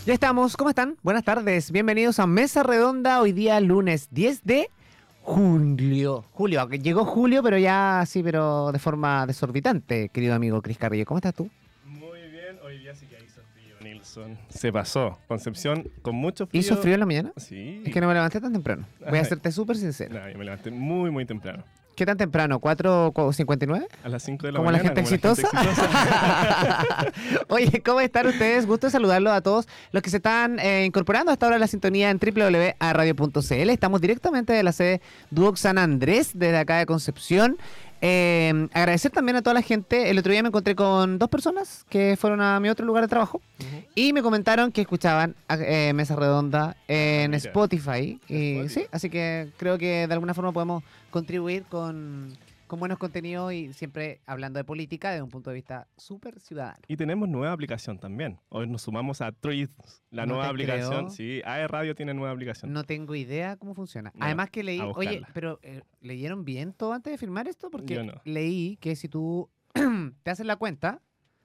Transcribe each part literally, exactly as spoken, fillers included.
Ya estamos, ¿cómo están? Buenas tardes, bienvenidos a Mesa Redonda, hoy día lunes diez de julio. Julio, aunque llegó julio, pero ya sí, pero de forma desorbitante, querido amigo Cris Carrillo. ¿Cómo estás tú? Muy bien, hoy día sí que hizo frío, Nilsson. Se pasó. Concepción con mucho frío. ¿Hizo frío en la mañana? Sí. Es que no me levanté tan temprano. Voy a serte súper sincero. No, yo me levanté muy, muy temprano. ¿Qué tan temprano? ¿cuatro cincuenta y nueve? A las cinco de la ¿Como mañana. la gente exitosa? La gente exitosa. Oye, ¿cómo están ustedes? Gusto de saludarlos a todos los que se están eh, incorporando hasta ahora a la sintonía en doble u doble u doble u punto radio punto c l. Estamos directamente de la sede Duoc San Andrés, desde acá de Concepción. Eh, agradecer también a toda la gente. El otro día me encontré con dos personas que fueron a mi otro lugar de trabajo uh-huh. y me comentaron que escuchaban eh, Mesa Redonda en Mira. Spotify. Y, Spotify. Sí, así que creo que de alguna forma podemos contribuir con, con buenos contenidos y siempre hablando de política desde un punto de vista súper ciudadano. Y tenemos nueva aplicación también. Hoy nos sumamos a Threads, la no nueva aplicación. Creo. Sí, A E Radio tiene nueva aplicación. No tengo idea cómo funciona. No, además que leí, oye, pero eh, ¿leyeron bien todo antes de firmar esto? Porque no. leí que si tú te haces la cuenta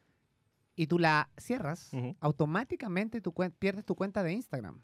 y tú la cierras, uh-huh. automáticamente tú pierdes tu cuenta de Instagram.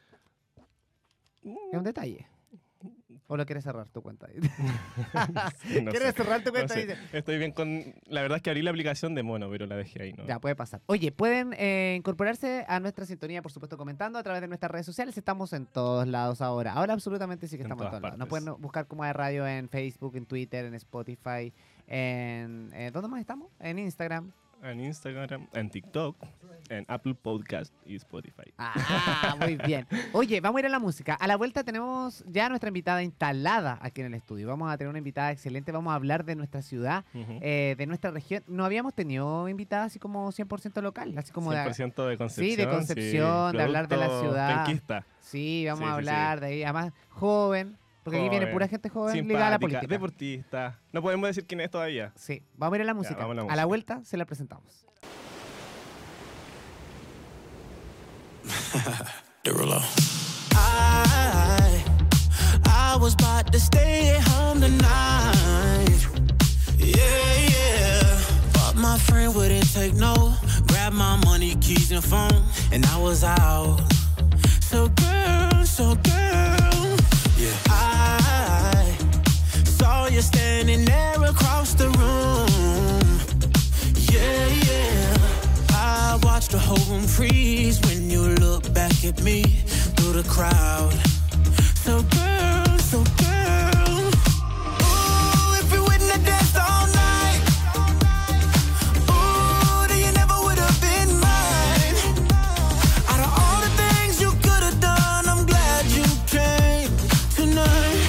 Uh. Es un detalle. ¿O lo quieres cerrar tu cuenta? Sí, no ¿Quieres sé. cerrar tu cuenta? No sé. Estoy bien con... La verdad es que abrí la aplicación de mono, pero la dejé ahí, ¿no? Ya, puede pasar. Oye, pueden eh, incorporarse a nuestra sintonía, por supuesto, comentando a través de nuestras redes sociales. Estamos en todos lados ahora. Ahora absolutamente sí que estamos en, en todos lados. Nos pueden buscar como de radio en Facebook, en Twitter, en Spotify, en... Eh, ¿dónde más estamos? En Instagram. En Instagram, en TikTok, en Apple Podcast y Spotify. Ah, muy bien. Oye, vamos a ir a la música. A la vuelta tenemos ya nuestra invitada instalada aquí en el estudio. Vamos a tener una invitada excelente. Vamos a hablar de nuestra ciudad, uh-huh. eh, de nuestra región. No habíamos tenido invitada así como cien por ciento local. Así como cien por ciento de, de Concepción. Sí, de Concepción, sí. de hablar de la ciudad. Penquista. Sí, vamos sí, a hablar sí, sí. de ahí. Además, joven. Porque joven, aquí viene pura gente joven simpática, ligada a la política. Deportista. No podemos decir quién es todavía. Sí, vamos a ir a la música. Ya, a, la música. A la vuelta se la presentamos. Derulo. I, I was about to stay at home tonight. Yeah, yeah. But my friend wouldn't take no. Grabbed my money, keys, and phone, and I was out. So girl, so girl, yeah. I saw you standing there across the room. Yeah, yeah. I watched the whole room freeze when you look back at me through the crowd. So girl, so girl, ooh, if we wouldn't have danced all night, ooh, then you never would have been mine. Out of all the things you could have done, I'm glad you came tonight.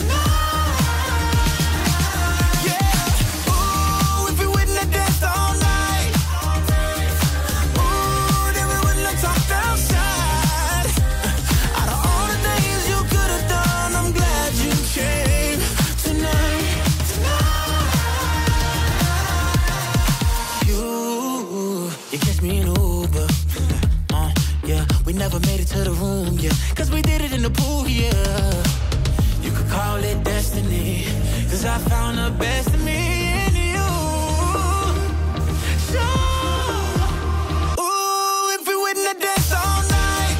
We never made it to the room, yeah. Cause we did it in the pool, yeah. You could call it destiny. Cause I found the best in me in you. So, ooh, if we wouldn't have danced all night,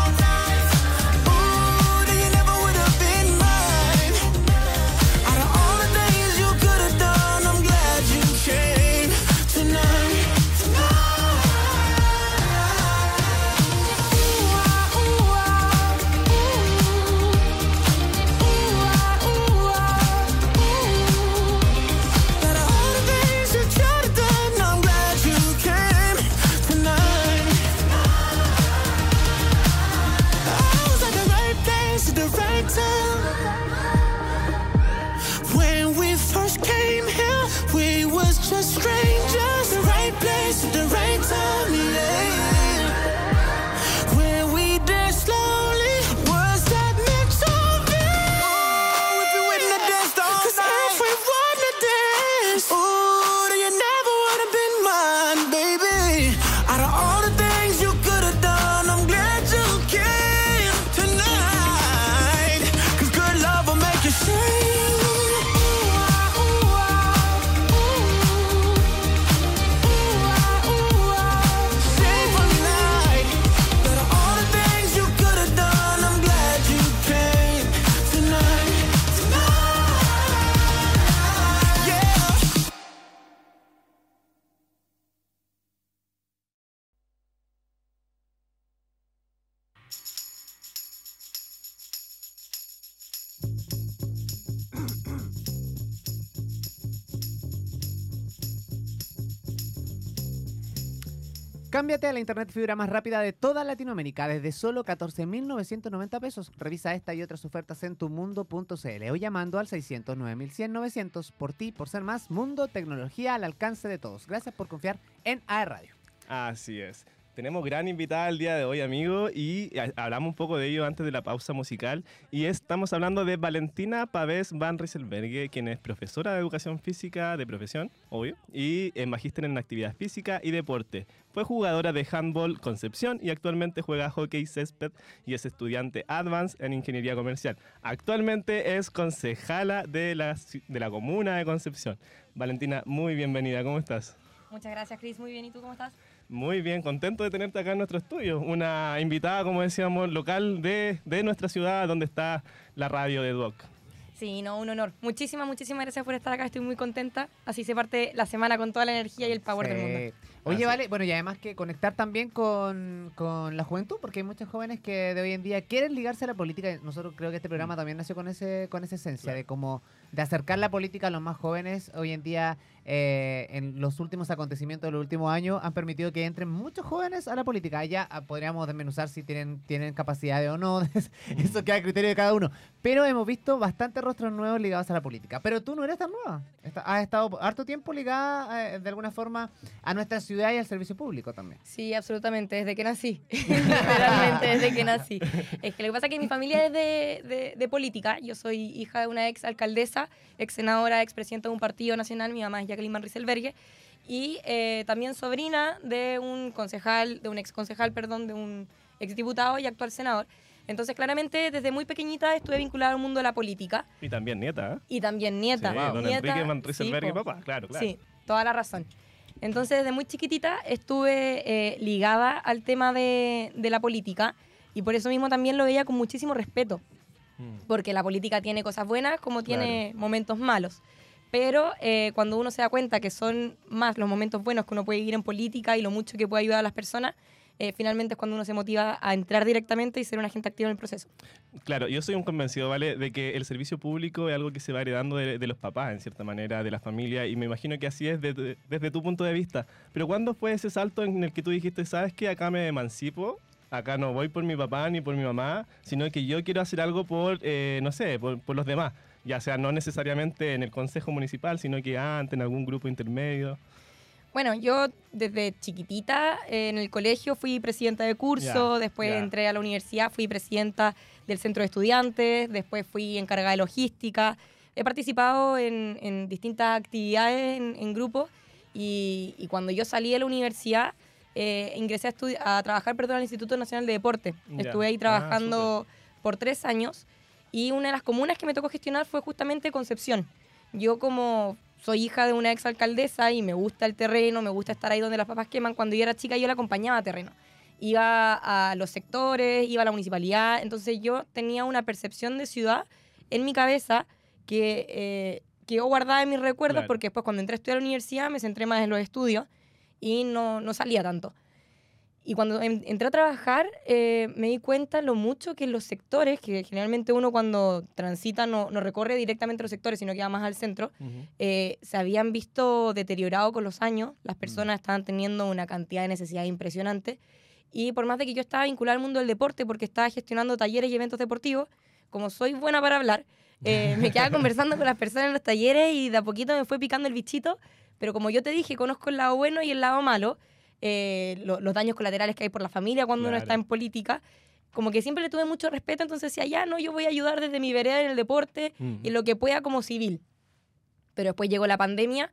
ooh, then you never would have been mine. Out of all the things you could have done, I'm glad you came tonight. When we first came here, we was just strangers. The right place at the right time, yeah. When we danced slowly, was that meant to be? Oh, if we wouldn't have danced all night. 'Cause if we wouldn't have danced, ooh, then you never would have been mine, baby. Out of all the things you could have done, I'm glad you came tonight. 'Cause good love will make you sing. Sing for me like that. Cámbiate a la internet fibra más rápida de toda Latinoamérica desde solo catorce mil novecientos noventa pesos. Revisa esta y otras ofertas en tumundo punto cl o llamando al seiscientos nueve mil cien novecientos. Por ti, por ser más, Mundo, tecnología al alcance de todos. Gracias por confiar en A E Radio. Así es. Tenemos gran invitada el día de hoy, amigo, y hablamos un poco de ello antes de la pausa musical. Y estamos hablando de Valentina Pavés Van Rieselberghe, quien es profesora de educación física de profesión, obvio, y es magíster en actividad física y deporte. Fue jugadora de handball Concepción y actualmente juega hockey césped y es estudiante advance en ingeniería comercial. Actualmente es concejala de la, de la comuna de Concepción. Valentina, muy bienvenida, ¿cómo estás? Muchas gracias, Cris. Muy bien. ¿Y tú cómo estás? Muy bien, contento de tenerte acá en nuestro estudio. Una invitada, como decíamos, local de, de nuestra ciudad, donde está la radio de Duoc. Sí, no, un honor. Muchísimas, muchísimas gracias por estar acá. Estoy muy contenta. Así se parte la semana con toda la energía y el power Sí. del mundo. Oye, Así. vale, bueno, y además que conectar también con, con la juventud, porque hay muchos jóvenes que de hoy en día quieren ligarse a la política. Nosotros creo que este programa también nació con ese con esa esencia, Claro. de como de acercar la política a los más jóvenes. Hoy en día, eh, en los últimos acontecimientos de los últimos años, han permitido que entren muchos jóvenes a la política. Ya ah, podríamos desmenuzar si tienen, tienen capacidades o no, eso queda a criterio de cada uno. Pero hemos visto bastantes rostros nuevos ligados a la política. Pero tú no eres tan nueva. Está- has estado harto tiempo ligada, eh, de alguna forma, a nuestra ciudad y al servicio público también. Sí, absolutamente. Desde que nací. Literalmente desde que nací. Es que lo que pasa es que mi familia es de, de, de política. Yo soy hija de una ex alcaldesa, ex senadora, ex presidenta de un partido nacional. Mi mamá es Jacqueline Van Rieselberghe. Y eh, también sobrina de un concejal, de un ex concejal, perdón, de un ex diputado y actual senador. Entonces, claramente, desde muy pequeñita estuve vinculada al mundo de la política. Y también nieta, ¿eh? Y también nieta. Sí, don nieta, Enrique Van Rieselberghe, sí, po. papá, claro, claro. Sí, toda la razón. Entonces, desde muy chiquitita estuve eh, ligada al tema de, de la política y por eso mismo también lo veía con muchísimo respeto, Mm. porque la política tiene cosas buenas como tiene Claro. momentos malos. Pero eh, cuando uno se da cuenta que son más los momentos buenos que uno puede vivir en política y lo mucho que puede ayudar a las personas, eh, finalmente es cuando uno se motiva a entrar directamente y ser un agente activo en el proceso. Claro, yo soy un convencido, ¿vale?, de que el servicio público es algo que se va heredando de, de los papás, en cierta manera, de la familia, y me imagino que así es desde, desde tu punto de vista. Pero ¿cuándo fue ese salto en el que tú dijiste, sabes qué, acá me emancipo, acá no voy por mi papá ni por mi mamá, sino que yo quiero hacer algo por, eh, no sé, por, por los demás? Ya sea no necesariamente en el consejo municipal, sino que antes en algún grupo intermedio. Bueno, yo desde chiquitita eh, en el colegio fui presidenta de curso, Ya, después ya. entré a la universidad, fui presidenta del centro de estudiantes, después fui encargada de logística. He participado en, en distintas actividades en, en grupos y, y cuando yo salí de la universidad eh, ingresé a, estudi- a trabajar perdón, al Instituto Nacional de Deporte. Ya. Estuve ahí Ah, trabajando por tres años y una de las comunas que me tocó gestionar fue justamente Concepción. Yo como soy hija de una ex alcaldesa y me gusta el terreno, me gusta estar ahí donde las papas queman. Cuando yo era chica yo la acompañaba a terreno. Iba a los sectores, iba a la municipalidad. Entonces yo tenía una percepción de ciudad en mi cabeza que eh, quedó guardada en mis recuerdos Claro. porque después cuando entré a estudiar a la universidad me centré más en los estudios y no, no salía tanto. Y cuando en- entré a trabajar eh, me di cuenta lo mucho que los sectores, que generalmente uno cuando transita no, no recorre directamente los sectores, sino que va más al centro, Ujú. eh, se habían visto deteriorado con los años. Las personas estaban teniendo una cantidad de necesidades impresionante. Y por más de que yo estaba vinculada al mundo del deporte porque estaba gestionando talleres y eventos deportivos, como soy buena para hablar, eh, me quedaba conversando con las personas en los talleres y de a poquito me fue picando el bichito. Pero como yo te dije, conozco el lado bueno y el lado malo, eh, lo- los daños colaterales que hay por la familia cuando uno Claro. está en política. Como que siempre le tuve mucho respeto, entonces decía, ya, no, yo voy a ayudar desde mi vereda en el deporte Ujú. y lo que pueda como civil. Pero después llegó la pandemia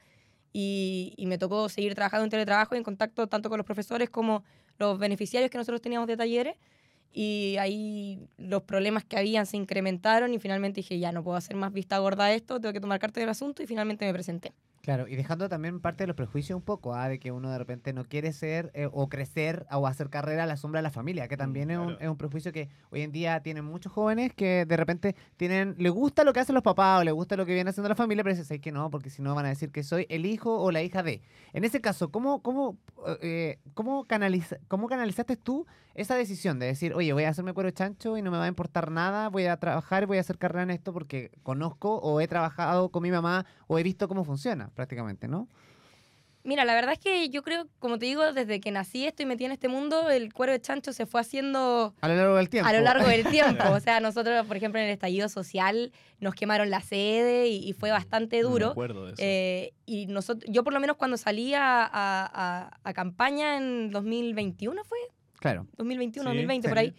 y, y me tocó seguir trabajando en teletrabajo y en contacto tanto con los profesores como los beneficiarios que nosotros teníamos de talleres. Y ahí los problemas que habían se incrementaron y finalmente dije, ya no puedo hacer más vista gorda a esto, tengo que tomar carta del asunto y finalmente me presenté. Claro, y dejando también parte de los prejuicios un poco, ¿ah? De que uno de repente no quiere ser eh, o crecer o hacer carrera a la sombra de la familia, que también Mm, es, un, claro. es un prejuicio que hoy en día tienen muchos jóvenes que de repente tienen, le gusta lo que hacen los papás o le gusta lo que viene haciendo la familia, pero dicen, que no, porque si no van a decir que soy el hijo o la hija de. En ese caso, ¿cómo, cómo, eh, cómo, canaliza, cómo canalizaste tú esa decisión de decir, oye, voy a hacerme cuero chancho y no me va a importar nada, voy a trabajar, voy a hacer carrera en esto porque conozco o he trabajado con mi mamá o he visto cómo funciona prácticamente, ¿no? Mira, la verdad es que yo creo, como te digo, desde que nací estoy metida en este mundo, el cuero de chancho se fue haciendo A lo largo del tiempo. a lo largo del tiempo. O sea, nosotros, por ejemplo, en el estallido social nos quemaron la sede y, y fue bastante duro. Me acuerdo de eso. Eh, y nosotros, yo por lo menos cuando salí a, a, a, a campaña en dos mil veintiuno, ¿fue? Claro. dos mil veintiuno, Sí, dos mil veinte, sí. por ahí.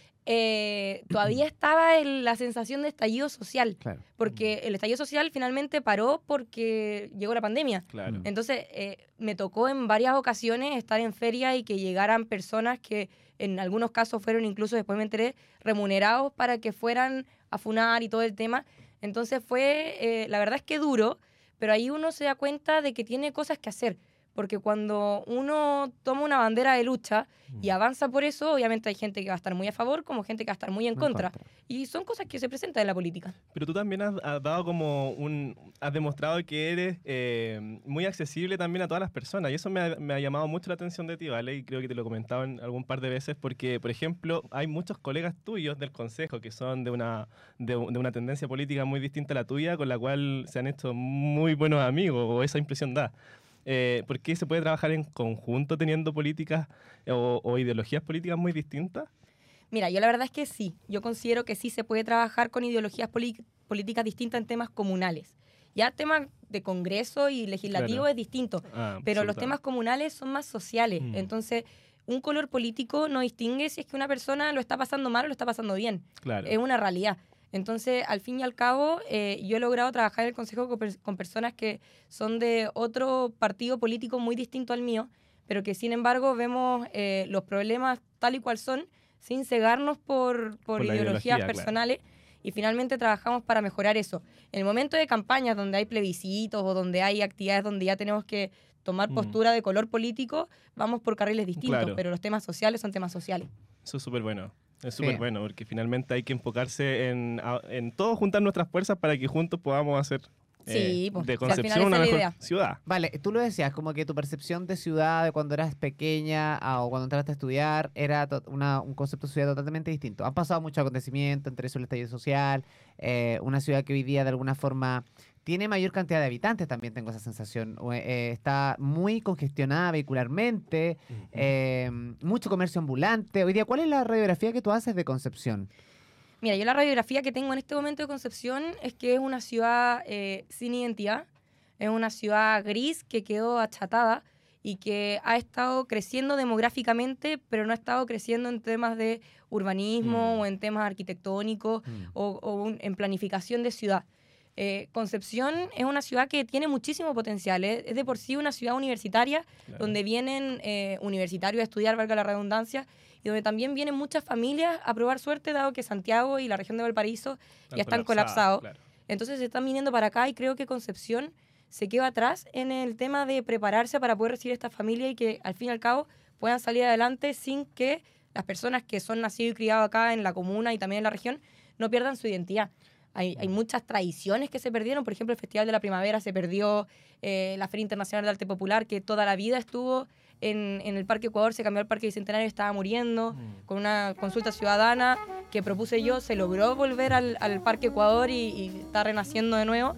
Eh, todavía estaba el- la sensación de estallido social. Claro. Porque el estallido social finalmente paró porque llegó la pandemia. Claro. Entonces, eh, me tocó en varias ocasiones estar en feria y que llegaran personas que en algunos casos fueron incluso, después me enteré, remunerados para que fueran a funar y todo el tema. Entonces fue, eh, la verdad es que duro, pero ahí uno se da cuenta de que tiene cosas que hacer. Porque cuando uno toma una bandera de lucha y avanza por eso, obviamente hay gente que va a estar muy a favor como gente que va a estar muy en En contra. contra. Y son cosas que se presentan en la política. Pero tú también has, has dado como un... Has demostrado que eres eh, muy accesible también a todas las personas. Y eso me ha, me ha llamado mucho la atención de ti, ¿vale? Y creo que te lo he comentado en algún par de veces porque, por ejemplo, hay muchos colegas tuyos del Consejo que son de una, de, de una tendencia política muy distinta a la tuya, con la cual se han hecho muy buenos amigos, o esa impresión da. Eh, ¿Por qué se puede trabajar en conjunto teniendo políticas o, o ideologías políticas muy distintas? Mira, yo la verdad es que sí. Yo considero que sí se puede trabajar con ideologías poli- políticas distintas en temas comunales. Ya temas de Congreso y legislativo Claro. es distinto, Ah, pero los absolutamente. temas comunales son más sociales. Mm. Entonces, un color político no distingue si es que una persona lo está pasando mal o lo está pasando bien. Claro. Es una realidad. Entonces, al fin y al cabo, eh, yo he logrado trabajar en el Consejo con, pers- con personas que son de otro partido político muy distinto al mío, pero que sin embargo vemos eh, los problemas tal y cual son, sin cegarnos por, por, Por la ideologías ideología, claro. personales, y finalmente trabajamos para mejorar eso. En el momento de campañas donde hay plebiscitos o donde hay actividades donde ya tenemos que tomar Mm. postura de color político, vamos por carriles distintos, Claro. pero los temas sociales son temas sociales. Eso es súper bueno. Es Sí. súper bueno porque finalmente hay que enfocarse en, a- en todos juntar nuestras fuerzas para que juntos podamos hacer Sí, eh, pues, de si al final Concepción esa una es la mejor idea. ciudad. Vale, tú lo decías, como que tu percepción de ciudad de cuando eras pequeña ah, o cuando entraste a estudiar era to- una- un concepto de ciudad totalmente distinto. Han pasado muchos acontecimientos, entre eso el estallido social, eh, una ciudad que hoy día de alguna forma tiene mayor cantidad de habitantes, también tengo esa sensación. O, eh, está muy congestionada vehicularmente, eh, mucho comercio ambulante. Hoy día, ¿cuál es la radiografía que tú haces de Concepción? Mira, yo la radiografía que tengo en este momento de Concepción es que es una ciudad eh, sin identidad, es una ciudad gris que quedó achatada y que ha estado creciendo demográficamente, pero no ha estado creciendo en temas de urbanismo Mm. o en temas arquitectónicos o, o un- en planificación de ciudad. Eh, Concepción es una ciudad que tiene muchísimo potencial, es, es de por sí una ciudad universitaria Claro. donde vienen eh, universitarios a estudiar, valga la redundancia, y donde también vienen muchas familias a probar suerte, dado que Santiago y la región de Valparaíso ya están colapsados. claro. Entonces se están viniendo para acá y creo que Concepción se queda atrás en el tema de prepararse para poder recibir a esta familia y que al fin y al cabo puedan salir adelante sin que las personas que son nacidos y criados acá en la comuna y también en la región no pierdan su identidad. Hay, hay muchas tradiciones que se perdieron, por ejemplo el Festival de la Primavera se perdió, eh, la Feria Internacional de Arte Popular que toda la vida estuvo en, en el Parque Ecuador, se cambió al Parque Bicentenario y estaba muriendo, Mm. con una consulta ciudadana que propuse yo, se logró volver al, al Parque Ecuador y, y está renaciendo de nuevo,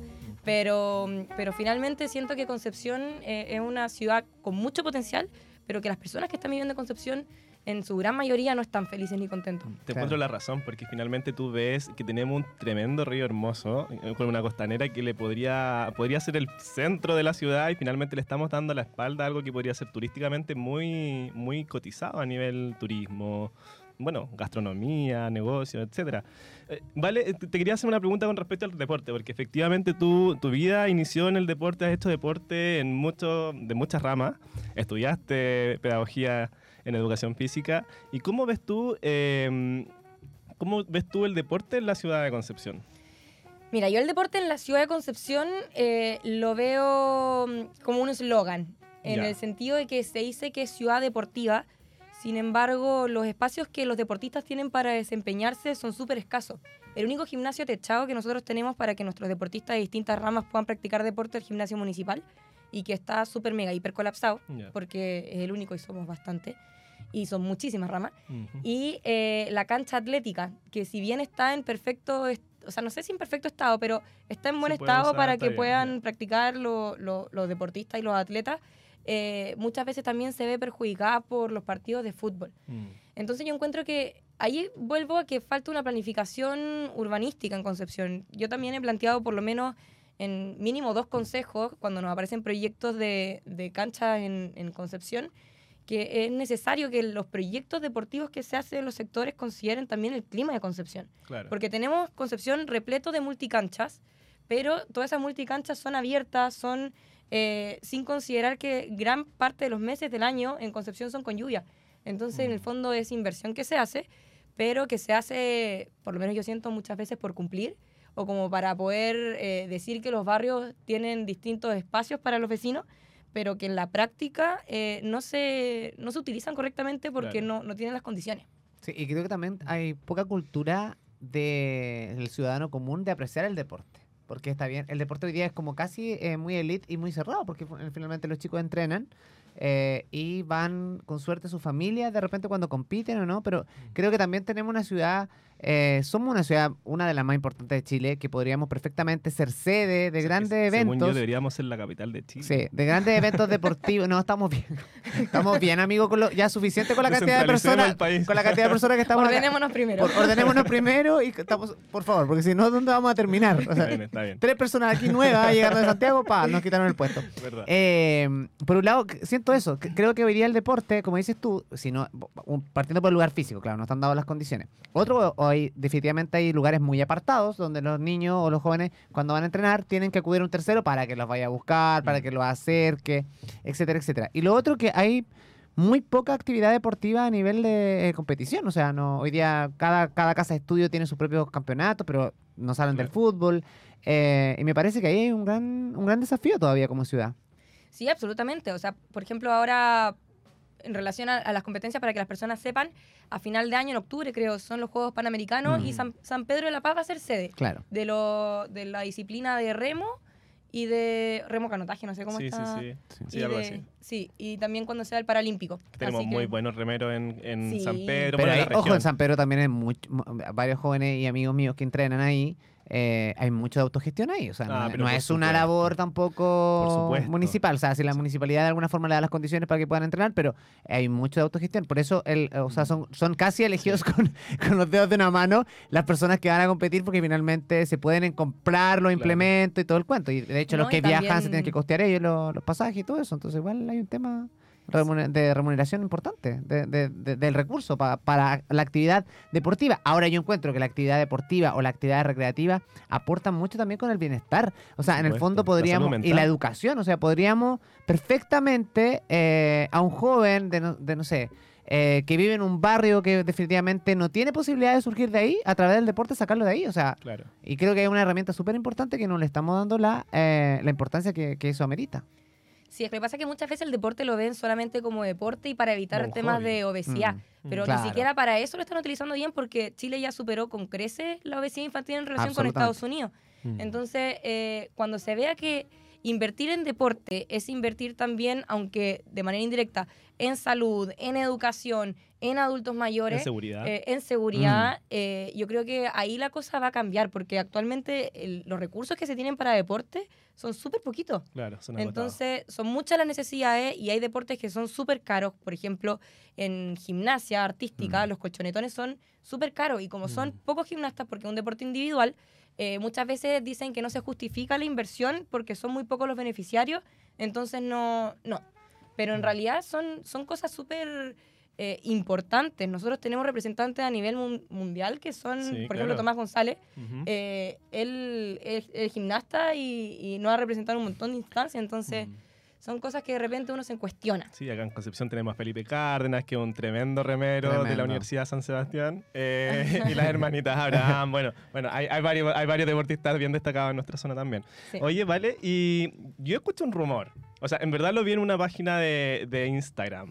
pero, pero finalmente siento que Concepción eh, es una ciudad con mucho potencial, pero que las personas que están viviendo en Concepción en su gran mayoría no están felices ni contentos. Te Claro. encuentro la razón, porque finalmente tú ves que tenemos un tremendo río hermoso, eh, con una costanera que le podría, podría ser el centro de la ciudad y finalmente le estamos dando la espalda a algo que podría ser turísticamente muy, muy cotizado a nivel turismo, bueno, gastronomía, negocios, etcétera. Eh, vale, eh, te te quería hacer una pregunta con respecto al deporte, porque efectivamente tú, tu vida inició en el deporte, has hecho deporte en mucho, de muchas ramas, estudiaste pedagogía en educación física. ¿Y cómo ves tú, eh, cómo ves tú el deporte en la ciudad de Concepción? Mira, yo el deporte en la ciudad de Concepción eh, lo veo mm, como un eslogan, en Ya. el sentido de que se dice que es ciudad deportiva, sin embargo, los espacios que los deportistas tienen para desempeñarse son súper escasos. El único gimnasio techado que nosotros tenemos para que nuestros deportistas de distintas ramas puedan practicar deporte es el gimnasio municipal, y que está súper mega hiper colapsado, Ya. porque es el único y somos bastante, y son muchísimas ramas. Ujú. Y eh, la cancha atlética, que si bien está en perfecto, est- o sea, no sé si en perfecto estado, pero está en buen Se puede estado usar, para está que bien, puedan ya. practicar lo- lo- los deportistas y los atletas, eh, muchas veces también se ve perjudicada por los partidos de fútbol. Mm. Entonces yo encuentro que ahí vuelvo a que falta una planificación urbanística en Concepción. Yo también he planteado por lo menos en mínimo dos consejos cuando nos aparecen proyectos de, de canchas en, en Concepción, que es necesario que los proyectos deportivos que se hacen en los sectores consideren también el clima de Concepción. Claro. Porque tenemos Concepción repleto de multicanchas, pero todas esas multicanchas son abiertas, son eh, sin considerar que gran parte de los meses del año en Concepción son con lluvia. Entonces, mm. en el fondo es inversión que se hace, pero que se hace, por lo menos yo siento muchas veces por cumplir, o como para poder eh, decir que los barrios tienen distintos espacios para los vecinos, pero que en la práctica eh, no, se, no se utilizan correctamente porque Claro. no, no tienen las condiciones. Sí, y creo que también hay poca cultura de- del ciudadano común de apreciar el deporte. Porque está bien, el deporte hoy día es como casi eh, muy elite y muy cerrado, porque fu- finalmente los chicos entrenan eh, y van con suerte su familia de repente cuando compiten o no, pero creo que también tenemos una ciudad, eh, somos una ciudad, una de las más importantes de Chile, que podríamos perfectamente ser sede de Sí, grandes que, eventos. Según yo deberíamos ser la capital de Chile. Sí, de grandes eventos deportivos. No, estamos bien. Estamos bien, amigo, con lo, ya suficiente con la cantidad de Descentralicemos personas. el país. Con la cantidad de personas que estamos acá. Ordenémonos primero. Or- ordenémonos primero y que estamos, por favor, porque si no, ¿dónde vamos a terminar? O sea, Está bien, está bien. tres personas aquí nuevas llegando de Santiago, pa, nos quitaron el puesto. Verdad. Eh, por un lado, c- siento eso. c- Creo que hoy día el deporte, como dices tú, si no, un- partiendo por el lugar físico, claro, no están dadas las condiciones. Otro, hoy definitivamente hay lugares muy apartados donde los niños o los jóvenes, cuando van a entrenar, tienen que acudir a un tercero para que los vaya a buscar, para que los acerque, etcétera, etcétera. Y lo otro, que hay muy poca actividad deportiva a nivel de eh, competición. O sea, no hoy día cada, cada casa de estudio tiene sus propios campeonatos, pero no salen del Claro. fútbol. Eh, y me parece que ahí hay un gran, un gran desafío todavía como ciudad. Sí, absolutamente. O sea, por ejemplo, ahora en relación a, a las competencias, para que las personas sepan, a final de año, en octubre creo, son los Juegos Panamericanos Mm. y San, San Pedro de la Paz va a ser sede Claro. de, lo, de la disciplina de remo y de remo canotaje, no sé cómo Sí, está. sí, sí. Sí. Sí, Y algo de- así. Sí, y también cuando sea el Paralímpico. Tenemos Así que- muy buenos remeros en, en Sí. San Pedro, Pero por ahí, la ojo, región. en San Pedro también hay much- mu- varios jóvenes y amigos míos que entrenan ahí. Eh, hay mucha autogestión ahí. O sea, Ah, no, pero no por es una supuesto. labor tampoco Por supuesto. municipal. O sea, si la municipalidad de alguna forma le da las condiciones para que puedan entrenar, pero hay mucha autogestión. Por eso, el, o sea, son, son casi elegidos con, con los dedos de una mano las personas que van a competir, porque finalmente se pueden en comprar los implementos y todo el cuento. Y de hecho, No, los que y viajan se también- tienen que costear ellos los, los pasajes y todo eso. Entonces, igual hay un tema remuner- de remuneración importante de- de- de- del recurso pa- para la actividad deportiva. Ahora yo encuentro que la actividad deportiva o la actividad recreativa aportan mucho también con el bienestar. O sea, Por en el supuesto, fondo la podríamos, salud y mental. la educación, o sea, podríamos perfectamente eh, a un joven de no, de no sé, eh, que vive en un barrio que definitivamente no tiene posibilidad de surgir de ahí, a través del deporte sacarlo de ahí. O sea, Claro. y creo que es una herramienta súper importante que no le estamos dando la, eh, la importancia que, que eso amerita. Sí, es que lo que pasa es que muchas veces el deporte lo ven solamente como deporte y para evitar Como un temas hobby. de obesidad. Mm, Pero claro. ni siquiera para eso lo están utilizando bien, porque Chile ya superó con creces la obesidad infantil en relación con Absolutamente. Estados Unidos. Mm. Entonces, eh, cuando se vea que invertir en deporte es invertir también, aunque de manera indirecta, en salud, en educación, en adultos mayores, En seguridad. eh, en seguridad, eh, yo creo que ahí la cosa va a cambiar, porque actualmente el- los recursos que se tienen para deporte son súper poquitos. Claro, son agotados. Entonces, son muchas las necesidades y hay deportes que son súper caros. Por ejemplo, en gimnasia artística, Mm. los colchonetones son súper caros. Y como son Mm. pocos gimnastas, porque es un deporte individual, eh, muchas veces dicen que no se justifica la inversión porque son muy pocos los beneficiarios. Entonces, no. no. Pero en realidad son, son cosas súper eh, importantes. Nosotros tenemos representantes a nivel mun- mundial que son, Sí, por claro. ejemplo, Tomás González. Ujú. Eh, él es es gimnasta y, y nos ha representado en un montón de instancias, entonces Mm. son cosas que de repente uno se cuestiona. Sí, acá en Concepción tenemos a Felipe Cárdenas, que es un tremendo remero de Tremendo. la Universidad San Sebastián. eh, y las hermanitas Abraham. Bueno, bueno hay, hay, varios, hay varios deportistas bien destacados en nuestra zona también. Sí. Oye, vale, y yo escucho un rumor. O sea, en verdad lo vi en una página de, de Instagram.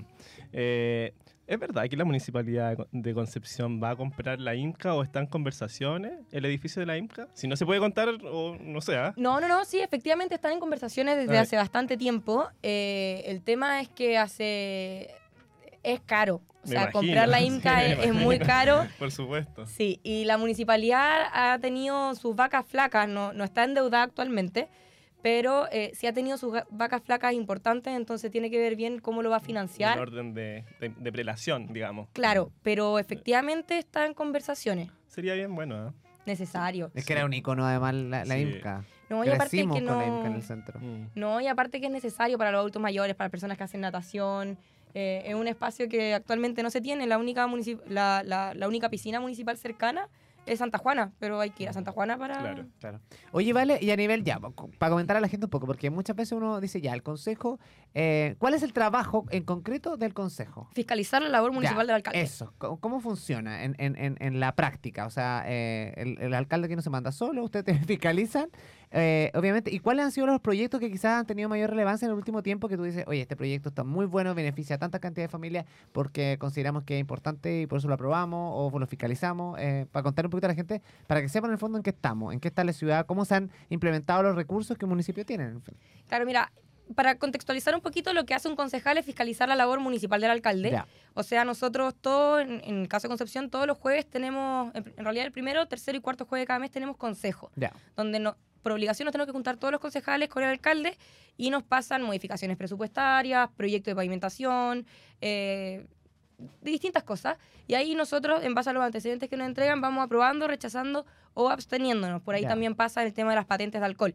Eh, ¿Es verdad que la Municipalidad de Con- de Concepción va a comprar la IMCA o está en conversaciones el edificio de la IMCA? Si no se puede contar, o no sé, ¿ah? No, no, no, sí, efectivamente están en conversaciones desde Ay. hace bastante tiempo. Eh, el tema es que hace es caro. O Me sea, imagino, comprar la sí, IMCA me es, es muy imagino. caro. Por supuesto. Sí, y la municipalidad ha tenido sus vacas flacas, no, no está endeudada actualmente, pero eh, sí ha tenido sus ga- vacas flacas importantes, entonces tiene que ver bien cómo lo va a financiar. En orden de, de, de prelación, digamos. Claro, pero efectivamente está en conversaciones. Sería bien bueno, ¿eh? Necesario. Es que era un icono además la, la Sí. IMCA. No, y aparte Crecimos que con no... la IMCA en el centro. Mm. No, y aparte que es necesario para los adultos mayores, para personas que hacen natación. Eh, es un espacio que actualmente no se tiene. La única, municip- la, la, la única piscina municipal cercana es Santa Juana, pero hay que ir a Santa Juana para... Claro. Claro. Oye, vale, y a nivel ya, co- para comentar a la gente un poco, porque muchas veces uno dice ya, el consejo, eh, ¿cuál es el trabajo en concreto del consejo? Fiscalizar la labor municipal Ya, del alcalde. Eso, ¿cómo, cómo funciona en, en, en, en la práctica? O sea, eh, el, el alcalde que no se manda solo, ustedes fiscalizan, eh, obviamente, ¿y cuáles han sido los proyectos que quizás han tenido mayor relevancia en el último tiempo que tú dices, oye, este proyecto está muy bueno, beneficia a tanta cantidad de familias porque consideramos que es importante y por eso lo aprobamos o lo fiscalizamos? Eh, para contar un poquito a la gente, para que sepan en el fondo en qué estamos, en qué está la ciudad, cómo se han implementado los recursos que el municipio tiene. En fin. Claro, mira, para contextualizar un poquito, lo que hace un concejal es fiscalizar la labor municipal del alcalde. Ya. O sea, nosotros todos, en, en el caso de Concepción, todos los jueves tenemos, en, en realidad el primero, tercero y cuarto jueves de cada mes tenemos consejo, Ya. donde no, por obligación nos tenemos que juntar todos los concejales con el alcalde y nos pasan modificaciones presupuestarias, proyectos de pavimentación, eh, de distintas cosas. Y ahí nosotros, en base a los antecedentes que nos entregan, vamos aprobando, rechazando o absteniéndonos. Por ahí Ya. también pasa el tema de las patentes de alcohol.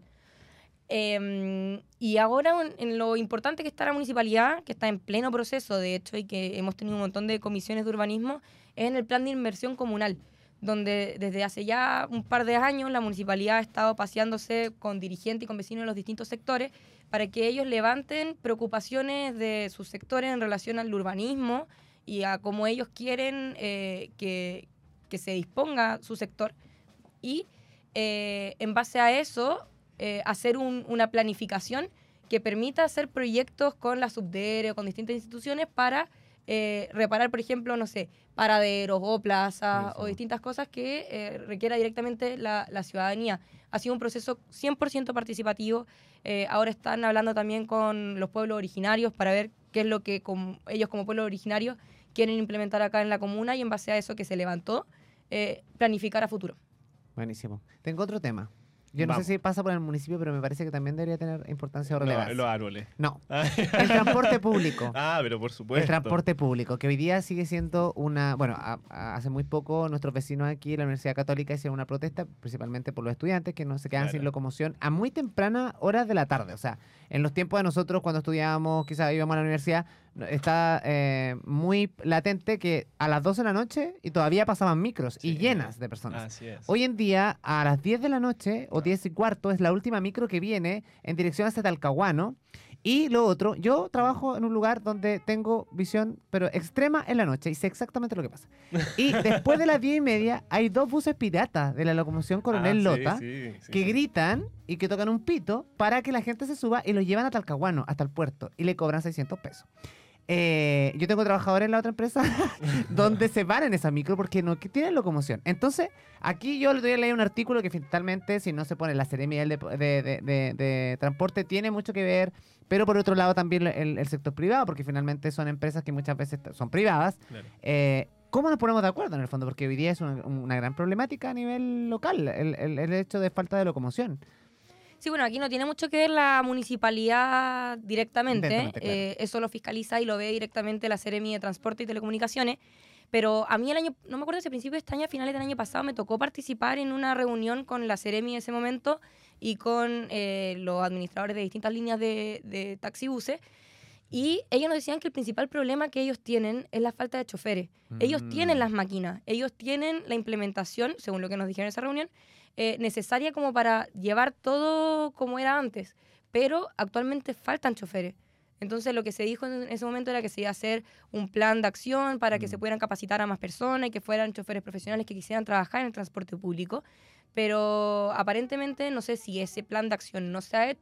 Eh, y ahora, en, en lo importante que está la municipalidad, que está en pleno proceso, de hecho, y que hemos tenido un montón de comisiones de urbanismo, es en el plan de inversión comunal, donde desde hace ya un par de años la municipalidad ha estado paseándose con dirigentes y con vecinos de los distintos sectores para que ellos levanten preocupaciones de sus sectores en relación al urbanismo y a cómo ellos quieren eh, que, que se disponga su sector. Y eh, en base a eso, eh, hacer un- una planificación que permita hacer proyectos con la Subdere o con distintas instituciones para eh, reparar, por ejemplo, no sé, paraderos o plazas Eso. o distintas cosas que eh, requiera directamente la, la ciudadanía. Ha sido un proceso cien por ciento participativo. Eh, ahora están hablando también con los pueblos originarios para ver qué es lo que com- ellos como pueblos originarios quieren implementar acá en la comuna y en base a eso que se levantó, eh, planificar a futuro. Buenísimo. Tengo otro tema. Yo no Vamos. sé si pasa por el municipio, pero me parece que también debería tener importancia o No, relevancia. los árboles. No, el transporte público. Ah, pero por supuesto. El transporte público, que hoy día sigue siendo una... Bueno, a- a- hace muy poco nuestros vecinos aquí en la Universidad Católica hicieron una protesta, principalmente por los estudiantes que no se quedan sin Claro. locomoción a muy tempranas horas de la tarde. O sea, en los tiempos de nosotros cuando estudiábamos, quizás íbamos a la universidad, no- está eh, muy latente que a las doce de la noche y todavía pasaban micros y Sí. llenas de personas. Así es. Hoy en día, a las diez de la noche o diez y cuarto, es la última micro que viene en dirección hacia Talcahuano. Y lo otro, yo trabajo en un lugar donde tengo visión, pero extrema en la noche, y sé exactamente lo que pasa. Y después de las diez y media, hay dos buses piratas de la locomoción Coronel Ah, sí, Lota sí, sí, que sí. gritan y que tocan un pito para que la gente se suba y los llevan a Talcahuano, hasta el puerto, y le cobran seiscientos pesos. Eh, yo tengo trabajadores en la otra empresa donde se van en esa micro porque no que tienen locomoción. Entonces, aquí yo le doy a leer un artículo que finalmente, si no se pone la Seremi de, de, de, de- de transporte, tiene mucho que ver, pero por otro lado también el, el sector privado, porque finalmente son empresas que muchas veces t- son privadas. Claro. Eh, ¿Cómo nos ponemos de acuerdo en el fondo? Porque hoy día es una, una gran problemática a nivel local, el, el, el hecho de falta de locomoción. Sí, bueno, aquí no tiene mucho que ver la municipalidad directamente. Directamente, claro. eh, eso lo fiscaliza y lo ve directamente la Seremi de Transporte y Telecomunicaciones. Pero a mí el año, no me acuerdo si a principios de este año, a finales del año pasado, me tocó participar en una reunión con la Seremi en ese momento y con eh, los administradores de distintas líneas de, de taxibuses. Y ellos nos decían que el principal problema que ellos tienen es la falta de choferes. Ellos Mm. tienen las máquinas, ellos tienen la implementación, según lo que nos dijeron en esa reunión, eh, necesaria como para llevar todo como era antes, pero actualmente faltan choferes. Entonces lo que se dijo en ese momento era que se iba a hacer un plan de acción para que Mm. se pudieran capacitar a más personas y que fueran choferes profesionales que quisieran trabajar en el transporte público. Pero aparentemente no sé si ese plan de acción no se ha hecho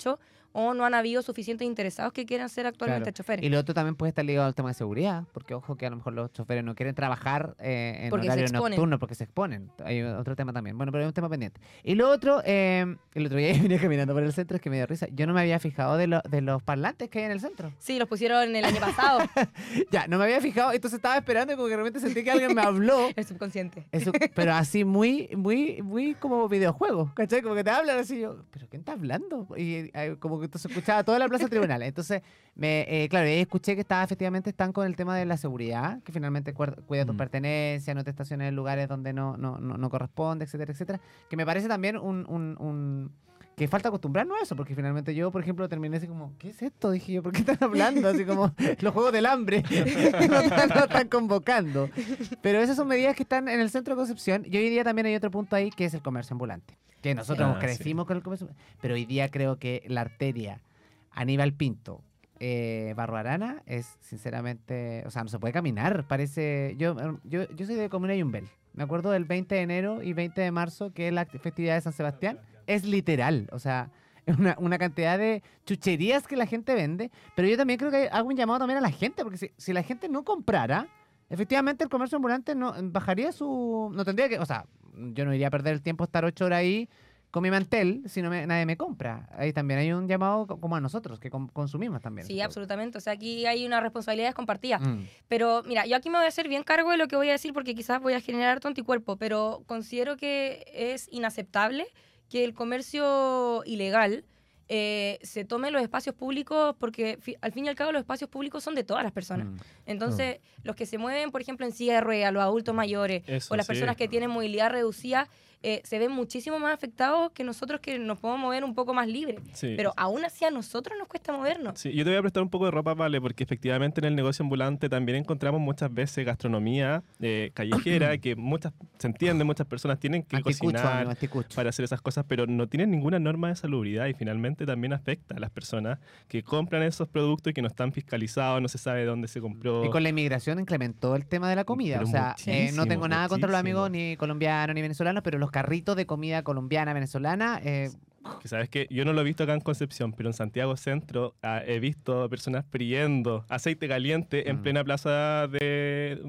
o no han habido suficientes interesados que quieran ser actualmente Claro. choferes. Y lo otro también puede estar ligado al tema de seguridad, porque ojo que a lo mejor los choferes no quieren trabajar eh, en Porque se horario exponen. nocturno porque se exponen. Hay otro tema también. Bueno, pero es un tema pendiente. Y lo otro, eh, el otro día venía caminando por el centro, es que me dio risa. Yo no me había fijado de, lo- de los parlantes que hay en el centro. Sí, los pusieron el año pasado, Ya, no me había fijado, entonces estaba esperando y como que de repente sentí que alguien me habló. el subconsciente. Eso, pero así muy, muy, muy como videojuego, ¿cachai? Como que te hablan así yo, ¿pero quién está hablando? Y eh, como que entonces escuchaba toda la plaza tribunal. Entonces, me, eh, claro, y ahí escuché que estaba efectivamente están con el tema de la seguridad, que finalmente cuer- cuida tus Mm. pertenencias, no te estaciones en lugares donde no, no, no, no corresponde, etcétera, etcétera. Que me parece también un... un, un que falta acostumbrarnos a eso, porque finalmente yo, por ejemplo, terminé así como, ¿qué es esto? Dije yo, ¿por qué están hablando? Así como los juegos del hambre, no están, no están convocando. Pero esas son medidas que están en el centro de Concepción. Y hoy día también hay otro punto ahí que es el comercio ambulante. Que nosotros Ah, crecimos con el comercio Pero hoy día creo que la arteria Aníbal Pinto, eh, Barro Arana, es sinceramente... O sea, no se puede caminar. Parece... Yo, yo, yo soy de Comuna Yumbel. Me acuerdo del veinte de enero y veinte de marzo, que es la festividad de San Sebastián. Es literal. O sea... Es una, una cantidad de chucherías que la gente vende, pero yo también creo que hago un llamado también a la gente, porque si, si la gente no comprara, efectivamente el comercio ambulante no bajaría su... No tendría que... O sea, yo no iría a perder el tiempo estar ocho horas ahí con mi mantel si no me- nadie me compra. Ahí también hay un llamado co- como a nosotros, que com- consumimos también. Sí, absolutamente. O sea, aquí hay una responsabilidad compartida. Mm. Pero mira, yo aquí me voy a hacer bien cargo de lo que voy a decir porque quizás voy a generar harto anticuerpo, pero considero que es inaceptable que el comercio ilegal eh, se tome los espacios públicos porque fi- al fin y al cabo los espacios públicos son de todas las personas. Mm. Entonces, los que se mueven, por ejemplo, en silla de ruedas, los adultos mayores Eso, o las sí. personas que tienen movilidad reducida, eh, se ven muchísimo más afectados que nosotros que nos podemos mover un poco más libres. Sí. Pero aún así a nosotros nos cuesta movernos. Sí, yo te voy a prestar un poco de ropa, Vale, porque efectivamente en el negocio ambulante también encontramos muchas veces gastronomía eh, callejera, que muchas, se entiende, muchas personas tienen que Anticucho, cocinar amigo, anticucho. para hacer esas cosas, pero no tienen ninguna norma de salubridad y finalmente también afecta a las personas que compran esos productos y que no están fiscalizados, no se sabe dónde se compró. Y con la inmigración incrementó el tema de la comida. Pero o sea, eh, no muchísimo, tengo nada contra los muchísimo. amigos ni colombianos ni venezolanos, pero los carritos de comida colombiana, venezolana, eh, Que sabes que yo no lo he visto acá en Concepción, pero en Santiago Centro ah, he visto personas friendo aceite caliente en Mm. plena plaza de,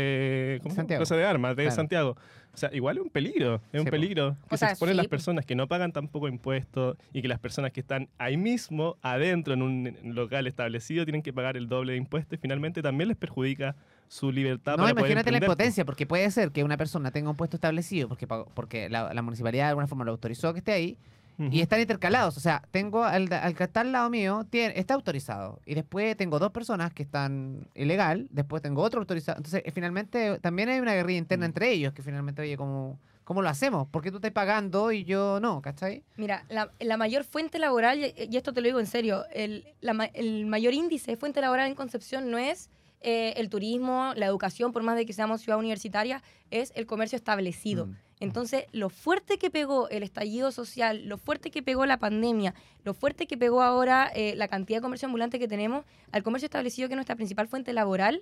de ¿cómo se llama? Santiago. Plaza de Armas de Claro. Santiago. O sea, igual es un peligro, es Sí, un po. peligro que O se sea, exponen sí, las po. personas que no pagan tampoco impuestos y que las personas que están ahí mismo, adentro, en un local establecido, tienen que pagar el doble de impuestos y finalmente también les perjudica su libertad no, para poder imagínate la emprender, po. impotencia, porque puede ser que una persona tenga un puesto establecido porque, pagó- porque la, la municipalidad de alguna forma lo autorizó que esté ahí Ujú. y están intercalados. O sea, tengo al, al que está al lado mío, tiene, está autorizado y después tengo dos personas que están ilegal, después tengo otro autorizado. Entonces, eh, finalmente también hay una guerrilla interna Mm. entre ellos que finalmente, oye, ¿cómo, cómo lo hacemos? ¿Por qué tú estás pagando y yo no? ¿Cachai? Mira, la, la mayor fuente laboral, y y esto te lo digo en serio, el, la ma- el mayor índice de fuente laboral en Concepción no es eh, el turismo, la educación, por más de que seamos ciudad universitaria, es el comercio establecido. Mm. Entonces, lo fuerte que pegó el estallido social, lo fuerte que pegó la pandemia, lo fuerte que pegó ahora eh, la cantidad de comercio ambulante que tenemos, al comercio establecido, que es nuestra principal fuente laboral,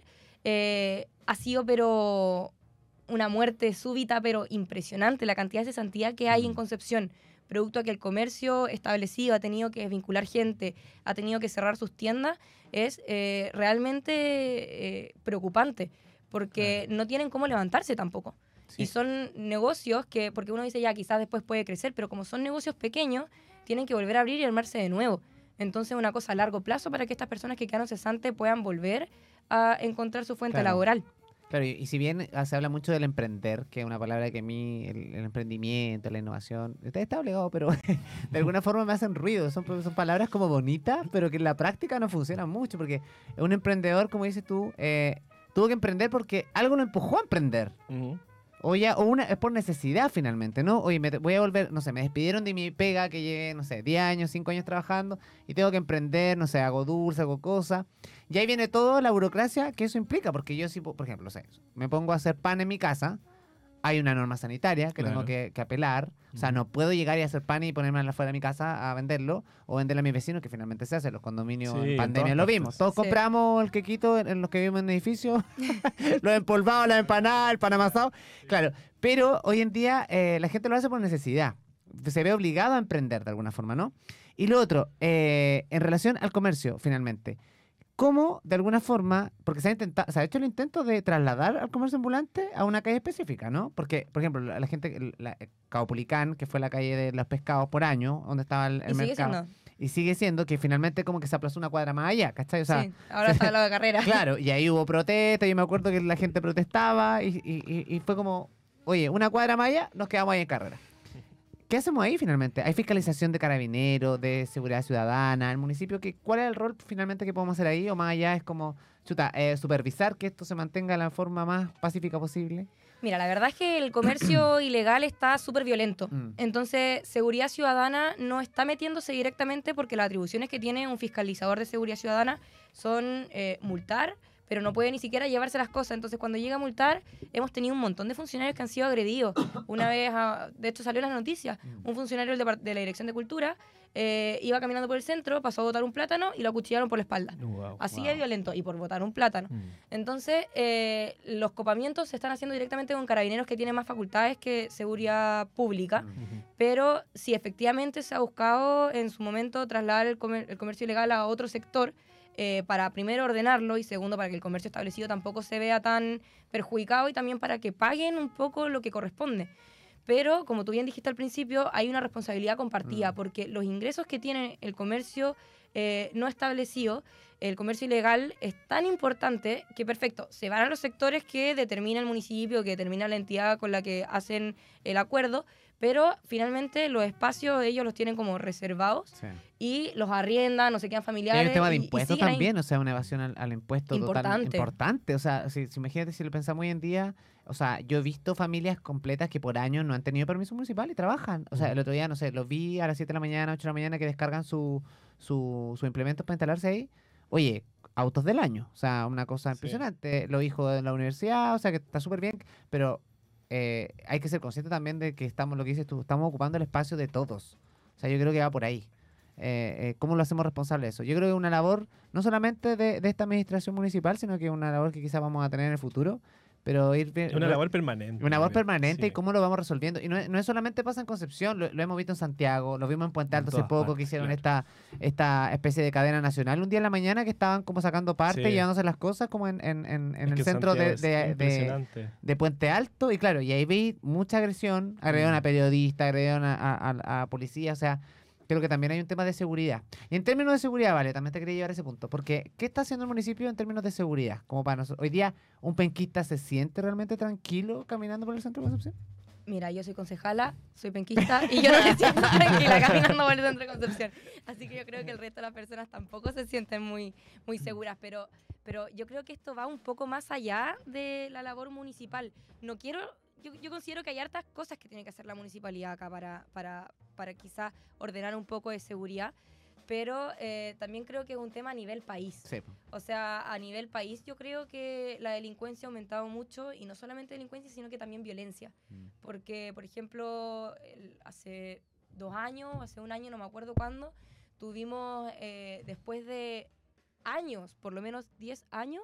eh, ha sido pero una muerte súbita, pero impresionante, la cantidad de cesantía que hay en Mm. Concepción, producto a que el comercio establecido ha tenido que desvincular gente, ha tenido que cerrar sus tiendas, es eh, realmente eh, preocupante, porque no tienen cómo levantarse tampoco. Sí. Y son negocios que, porque uno dice ya, quizás después puede crecer, pero como son negocios pequeños, tienen que volver a abrir y armarse de nuevo. Entonces, una cosa a largo plazo para que estas personas que quedaron cesantes puedan volver a encontrar su fuente Claro. laboral. Claro, y, y si bien ah, se habla mucho del emprender, que es una palabra que a mí, el, el emprendimiento, la innovación, está, está obligado, pero de alguna forma me hacen ruido. Son, son palabras como bonitas, pero que en la práctica no funcionan mucho, porque un emprendedor, como dices tú, eh, tuvo que emprender porque algo lo empujó a emprender. Ujú. O ya, o una, es por necesidad finalmente, ¿no? Oye, me te- voy a volver, no sé, me despidieron de mi pega que llevé, no sé, diez años, cinco años trabajando y tengo que emprender, no sé, hago dulce, hago cosas. Y ahí viene toda la burocracia que eso implica, porque yo sí, po- por ejemplo, no sé, me pongo a hacer pan en mi casa, hay una norma sanitaria que tengo Claro. que, que apelar, o sea, Ujú. no puedo llegar y hacer pan y ponerme afuera de mi casa a venderlo o venderle a mis vecinos, que finalmente se hace, los condominios Sí, en en pandemia todas lo partes. vimos, todos Sí. compramos el quequito en, en los que vivimos en edificios, los empolvados, las empanadas, el pan amasado, claro, pero hoy en día eh, la gente lo hace por necesidad. se ve obligado a emprender de alguna forma, ¿no? Y lo otro, eh, en relación al comercio, finalmente, ¿cómo de alguna forma, porque se ha intentado, se ha hecho el intento de trasladar al comercio ambulante a una calle específica, ¿no? Porque, por ejemplo, la, la gente, la, Caupolicán, que fue la calle de los pescados por año, donde estaba el, el Y sigue mercado. siendo. Y sigue siendo que finalmente como que se aplazó una cuadra más allá, ¿cachai? O sea, Sí, ahora está la carrera. claro, y ahí hubo protesta, yo me acuerdo que la gente protestaba y, y- y- y fue como, oye, una cuadra más allá, nos quedamos ahí en carrera. ¿Qué hacemos ahí finalmente? ¿Hay fiscalización de carabineros, de seguridad ciudadana, el municipio? ¿Qué, ¿Cuál es el rol finalmente que podemos hacer ahí? ¿O más allá es como, chuta, eh, supervisar que esto se mantenga de la forma más pacífica posible? Mira, la verdad es que el comercio ilegal está súper violento. Mm. Entonces, seguridad ciudadana no está metiéndose directamente porque las atribuciones que tiene un fiscalizador de seguridad ciudadana son eh, multar, pero no puede ni siquiera llevarse las cosas. Entonces, cuando llega a multar, hemos tenido un montón de funcionarios que han sido agredidos. Una vez, ah, de hecho, salió en las noticias, un funcionario del depart- de la Dirección de Cultura eh, iba caminando por el centro, pasó a botar un plátano y lo acuchillaron por la espalda. Wow. Así Wow. de violento, y por botar un plátano. Mm. Entonces, eh, los copamientos se están haciendo directamente con carabineros que tienen más facultades que seguridad pública, Mm. Ujú. pero si efectivamente se ha buscado en su momento trasladar el, comer- el comercio ilegal a otro sector, eh, para primero ordenarlo y segundo para que el comercio establecido tampoco se vea tan perjudicado y también para que paguen un poco lo que corresponde. Pero, como tú bien dijiste al principio, hay una responsabilidad compartida, Mm. porque los ingresos que tiene el comercio eh, no establecido, el comercio ilegal, es tan importante que, perfecto, se van a los sectores que determina el municipio, que determina la entidad con la que hacen el acuerdo, pero finalmente los espacios ellos los tienen como reservados Sí. y los arriendan, no se quedan Y familiares. hay un tema de y- y impuestos siguen ahí. también, o sea, una evasión al, al impuesto total Importante. importante. O sea, si, si imagínate si lo pensamos hoy en día, o sea, yo he visto familias completas que por años no han tenido permiso municipal y trabajan. O sea, el otro día, no sé, los vi a las siete de la mañana, ocho de la mañana que descargan su, su, su implementos para instalarse ahí. Oye, autos del año. O sea, una cosa Sí. impresionante. Los hijos de la universidad, o sea, que está súper bien, pero eh, hay que ser consciente también de que estamos, lo que dices tú, estamos ocupando el espacio de todos. O sea, yo creo que va por ahí. Eh, eh, ¿Cómo lo hacemos responsable de eso? Yo creo que es una labor no solamente de, de esta administración municipal, sino que es una labor que quizás vamos a tener en el futuro, pero ir bien- Es una labor permanente. una labor también. permanente Sí. y cómo lo vamos resolviendo. Y no es, no es solamente pasa en Concepción, lo, lo hemos visto en Santiago, lo vimos en Puente En Alto hace todas poco, partes, que hicieron claro. esta, esta especie de cadena nacional. Un día en la mañana que estaban como sacando parte Sí. y llevándose las cosas como en, en, en, en Es el que centro de, Santiago es de, de, impresionante. de Puente Alto. Y claro, y ahí vi mucha agresión, agredieron Mm. a periodistas, agredieron a, a, a, a policías, o sea... Creo que también hay un tema de seguridad. Y en términos de seguridad, vale, también te quería llevar a ese punto. Porque, ¿qué está haciendo el municipio en términos de seguridad? Como para nosotros. Hoy día, ¿un penquista se siente realmente tranquilo caminando por el centro de Concepción? Mira, yo soy concejala, soy penquista y yo no me siento tranquila caminando por el centro de Concepción. Así que yo creo que el resto de las personas tampoco se sienten muy, muy seguras. Pero, pero yo creo que esto va un poco más allá de la labor municipal. No quiero, yo, yo considero que hay hartas cosas que tiene que hacer la municipalidad acá para, para, para quizás ordenar un poco de seguridad. Pero eh, también creo que es un tema a nivel país. Sí. O sea, a nivel país yo creo que la delincuencia ha aumentado mucho y no solamente delincuencia, sino que también violencia. Mm. Porque, por ejemplo, el- hace dos años, hace un año, no me acuerdo cuándo, tuvimos, eh, después de años, por lo menos diez años,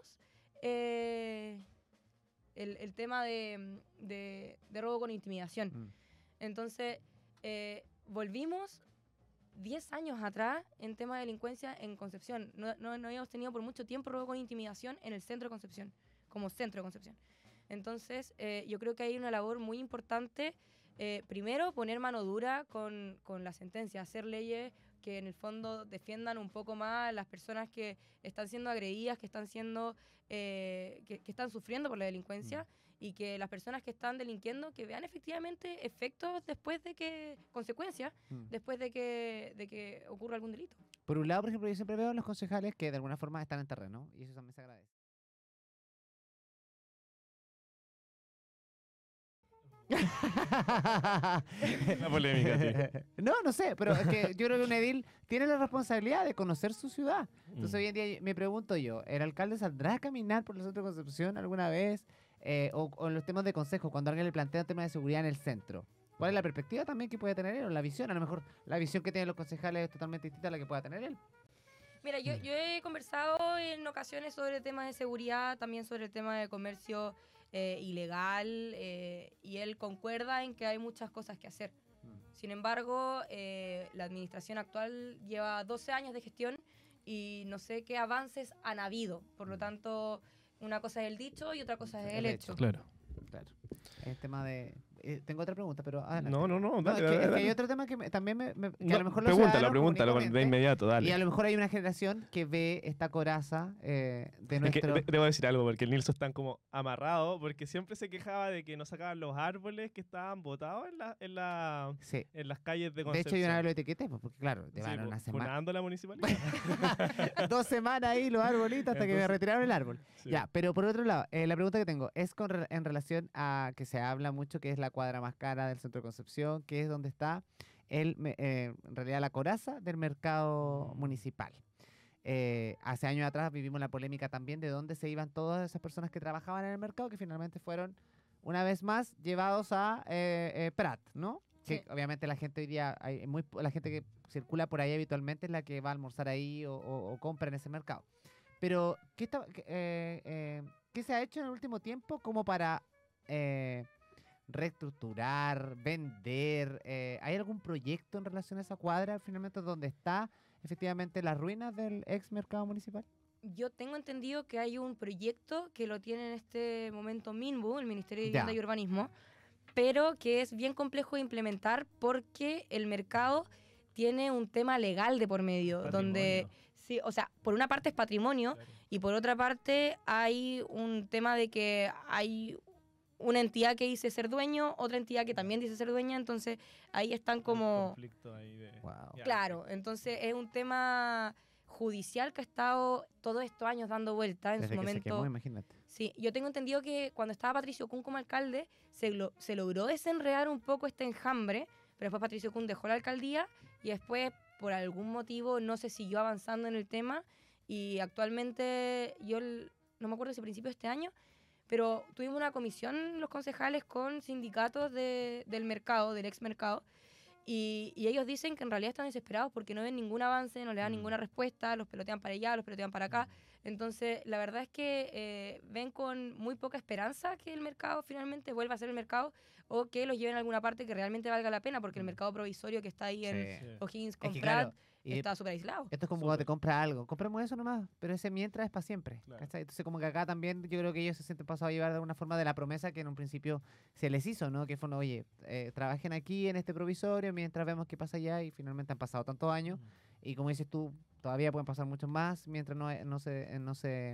eh, el, el tema de, de- de robo con intimidación. Mm. Entonces, eh, volvimos diez años atrás en tema de delincuencia en Concepción. No, no, no habíamos tenido por mucho tiempo robo con intimidación en el centro de Concepción, como centro de Concepción. Entonces, eh, yo creo que hay una labor muy importante. Eh, primero, poner mano dura con, con la sentencia, hacer leyes que en el fondo defiendan un poco más a las personas que están siendo agredidas, que están siendo, eh, que, que están sufriendo por la delincuencia, y que las personas que están delinquiendo que vean efectivamente efectos después de que, consecuencias, Mm. después de que, de que ocurra algún delito. Por un lado, por ejemplo, yo siempre veo a los concejales que de alguna forma están en terreno y eso también se agradece. La polémica, sí. No, no sé, pero es que yo creo que un edil tiene la responsabilidad de conocer su ciudad. Entonces Mm. hoy en día me pregunto yo, ¿el alcalde saldrá a caminar por el centro de Concepción alguna vez? Eh, o, o en los temas de consejo, cuando alguien le plantea un tema de seguridad en el centro. ¿Cuál es la perspectiva también que puede tener él? O la visión, a lo mejor la visión que tienen los concejales es totalmente distinta a la que pueda tener él. Mira, yo, yo he conversado en ocasiones sobre temas de seguridad, también sobre el tema de comercio eh, ilegal, eh, y él concuerda en que hay muchas cosas que hacer. Mm. Sin embargo, eh, la administración actual lleva doce años de gestión y no sé qué avances han habido. Por lo tanto, una cosa es el dicho y otra cosa es el, El hecho. hecho. Claro. Claro. El tema de... eh, tengo otra pregunta, pero... adelante. No, no, no, No, dale, es, que, dale, es que dale. hay otro tema que me- también me... me- que No, a lo mejor los pregúntalo, ciudadanos pregúntalo comunes y de inmediato, corrientes, dale. Y a lo mejor hay una generación que ve esta coraza eh, de Es que nuestro... de- debo decir algo, porque el Nilson está como amarrado, porque siempre se quejaba de que no sacaban los árboles que estaban botados en, la, en, la, Sí. en las calles de De Concepción. hecho, yo una vez lo etiqueté, pues, porque claro, Sí, llevaron po, una semana... funando la municipalidad. Dos semanas ahí los arbolitos hasta que me Entonces- retiraron el árbol. Sí. Ya, pero por otro lado, eh, la pregunta que tengo es con re- en relación a que se habla mucho que es la cuadra más cara del centro de Concepción, que es donde está el, me- eh, en realidad la coraza del mercado Mm. municipal. Eh, hace años atrás vivimos la polémica también de dónde se iban todas esas personas que trabajaban en el mercado, que finalmente fueron, una vez más, llevados a eh, eh, Prat, ¿no? Sí. Que obviamente la gente hoy día, hay muy, po- la gente que circula por ahí habitualmente es la que va a almorzar ahí o, o- o compra en ese mercado. Pero, ¿qué, está- qué, eh, eh, ¿qué se ha hecho en el último tiempo como para eh, reestructurar, vender? Eh, ¿hay algún proyecto en relación a esa cuadra, finalmente, donde está efectivamente las ruinas del ex mercado municipal? Yo tengo entendido que hay un proyecto que lo tiene en este momento MINBU, el Ministerio de Ya. Vivienda y Urbanismo, pero que es bien complejo de implementar porque el mercado tiene un tema legal de por medio, donde Patrimonio. sí, o sea, por una parte es patrimonio Claro. y por otra parte hay un tema de que hay una entidad que dice ser dueño, otra entidad que también dice ser dueña, entonces ahí están Hay como... conflicto ahí de- Wow. Ya, Claro, entonces es un tema judicial que ha estado todos estos años dando vuelta en Desde su que se momento. quemó, imagínate. Sí, yo tengo entendido que cuando estaba Patricio Kun como alcalde se, lo- se logró desenredar un poco este enjambre, pero después Patricio Kun dejó la alcaldía y después por algún motivo no se siguió avanzando en el tema y actualmente yo el- no me acuerdo si a principios de este año, pero tuvimos una comisión los concejales con sindicatos de- del mercado, del ex mercado, y, y ellos dicen que en realidad están desesperados porque no ven ningún avance, no le dan Mm. ninguna respuesta, los pelotean para allá, los pelotean para acá. Entonces, la verdad es que eh, ven con muy poca esperanza que el mercado finalmente vuelva a ser el mercado o que los lleven a alguna parte que realmente valga la pena, porque el mercado provisorio que está ahí en Sí. Sí. O'Higgins Es con que, Prat claro, y está súper aislado. esto es como Súper. cuando te compras algo. Compremos eso nomás, pero ese mientras es para siempre. Claro. ¿Cachai? Entonces, como que acá también yo creo que ellos se sienten pasados a llevar de alguna forma de la promesa que en un principio se les hizo, ¿no? Que fue, no, oye, eh, trabajen aquí en este provisorio mientras vemos qué pasa allá, y finalmente han pasado tantos años. Y como dices tú, todavía pueden pasar muchos más mientras no, no se, no se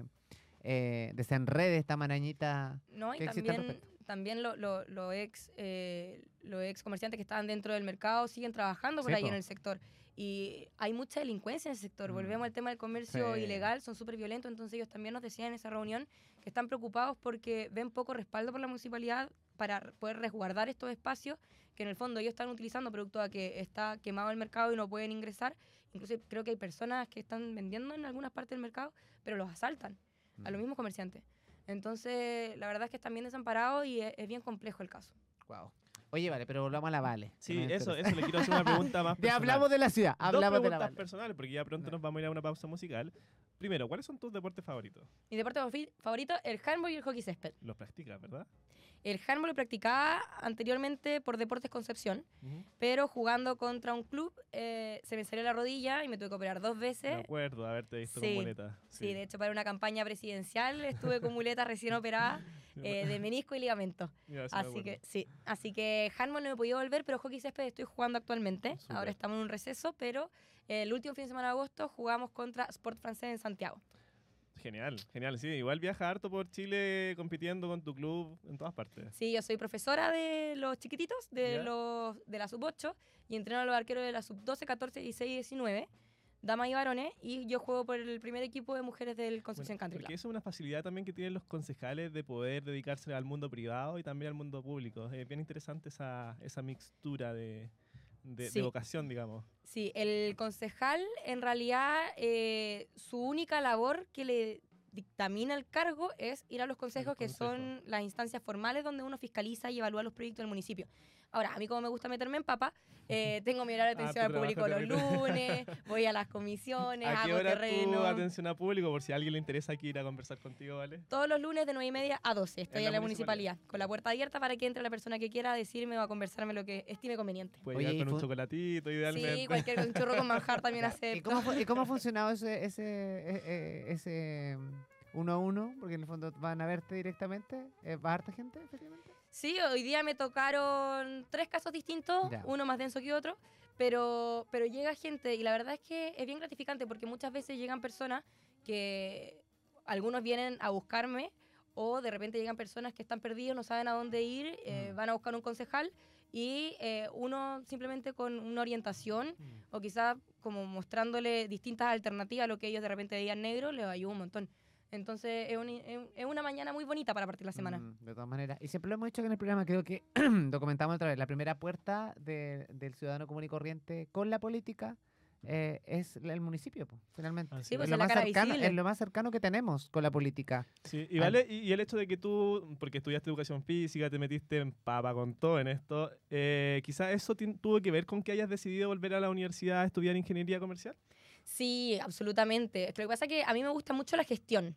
eh, desenrede esta marañita. No, y que existe al también, también lo- lo- los ex eh, los ex comerciantes que estaban dentro del mercado siguen trabajando por Sí, ahí po. en el sector. Y hay mucha delincuencia en el sector. Mm. Volvemos al tema del comercio Sí. ilegal, son súper violentos. Entonces ellos también nos decían en esa reunión que están preocupados porque ven poco respaldo por la municipalidad para poder resguardar estos espacios que en el fondo ellos están utilizando producto a que está quemado el mercado y no pueden ingresar. Incluso creo que hay personas que están vendiendo en algunas partes del mercado, pero los asaltan a los Mm. mismos comerciantes. Entonces, la verdad es que están bien desamparados y es, es bien complejo el caso. Wow. Oye, vale, pero volvamos a la Vale. que Sí, nos eso, interesa. eso le quiero hacer una pregunta más Ya personal. hablamos de la ciudad, Dos hablamos de la preguntas Vale. personales, porque ya pronto nos vamos a ir a una pausa musical. Primero, ¿cuáles son tus deportes favoritos? Mi deporte favi- favorito, el handball y el hockey césped. Los practicas, ¿verdad? El handball lo practicaba anteriormente por Deportes Concepción, pero jugando contra un club eh, se me salió la rodilla y me tuve que operar dos Me veces. acuerdo de haberte visto Sí, con muleta. Sí, de hecho para una campaña presidencial estuve con muleta recién operada eh, de menisco y ligamento. Ya, sí me Así acuerdo. que sí, así que handball no me he podido volver, pero hockey césped estoy jugando actualmente. Súper. Ahora estamos en un receso, pero eh, el último fin de semana de agosto jugamos contra Sport Francés en Santiago. Genial, genial. Sí, igual viaja harto por Chile compitiendo con tu club en todas partes. Sí, yo soy profesora de los chiquititos, de Ya. los de la sub ocho, y entreno a los arqueros de la sub doce, catorce, dieciséis y diecinueve, damas y varones, y yo juego por el primer equipo de mujeres del Concepción Bueno, Country porque Club. eso es una facilidad también que tienen los concejales de poder dedicarse al mundo privado y también al mundo público. Es bien interesante esa, esa mixtura de, de, de Sí. vocación, digamos. Sí, el concejal, en realidad, eh, su única labor que le dictamina el cargo es ir a los consejos, que consejo. son las instancias formales donde uno fiscaliza y evalúa los proyectos del municipio. Ahora, a mí como me gusta meterme en papa, eh, tengo mi horario de Ah, atención al tú público los trabajas lunes, voy a las comisiones, ¿A qué hago hora terreno. tu atención a público? Por si a alguien le interesa aquí ir a conversar contigo, ¿vale? Todos los lunes de nueve y media a doce estoy En en la la municipalidad, con la puerta abierta para que entre la persona que quiera a decirme o a conversarme lo que estime conveniente. Puede Oye, llegar y con un fu- chocolatito, idealmente. Sí, cualquier un churro con manjar también ¿Y acepto. cómo, fu- y cómo ha funcionado ese, ese, eh, eh, ese mm, uno a uno? Porque en el fondo van a verte directamente. Eh, ¿Va harta gente, efectivamente? Sí, hoy día me tocaron tres casos distintos, Ya. uno más denso que otro, pero, pero llega gente y la verdad es que es bien gratificante porque muchas veces llegan personas que algunos vienen a buscarme o de repente llegan personas que están perdidos, no saben a dónde ir, eh, Mm. van a buscar un concejal y eh, uno simplemente con una orientación o quizás como mostrándole distintas alternativas a lo que ellos de repente veían negro, les ayuda un montón. Entonces es, un- es- es una mañana muy bonita para partir la semana. Mm, de todas maneras. Y siempre lo hemos dicho que en el programa, creo que documentamos otra vez, la primera puerta de- del ciudadano común y corriente con la política eh, es el municipio, po, finalmente. Así Sí, es. pues es, lo es la más cara cercano, visible. es lo más cercano que tenemos con la política. Sí, y vale, y, y el hecho de que tú, porque estudiaste educación física, te metiste en papa con todo en esto, eh, quizás eso tien- tuvo que ver con que hayas decidido volver a la universidad a estudiar ingeniería comercial. Sí, absolutamente. Es que lo que pasa es que a mí me gusta mucho la gestión.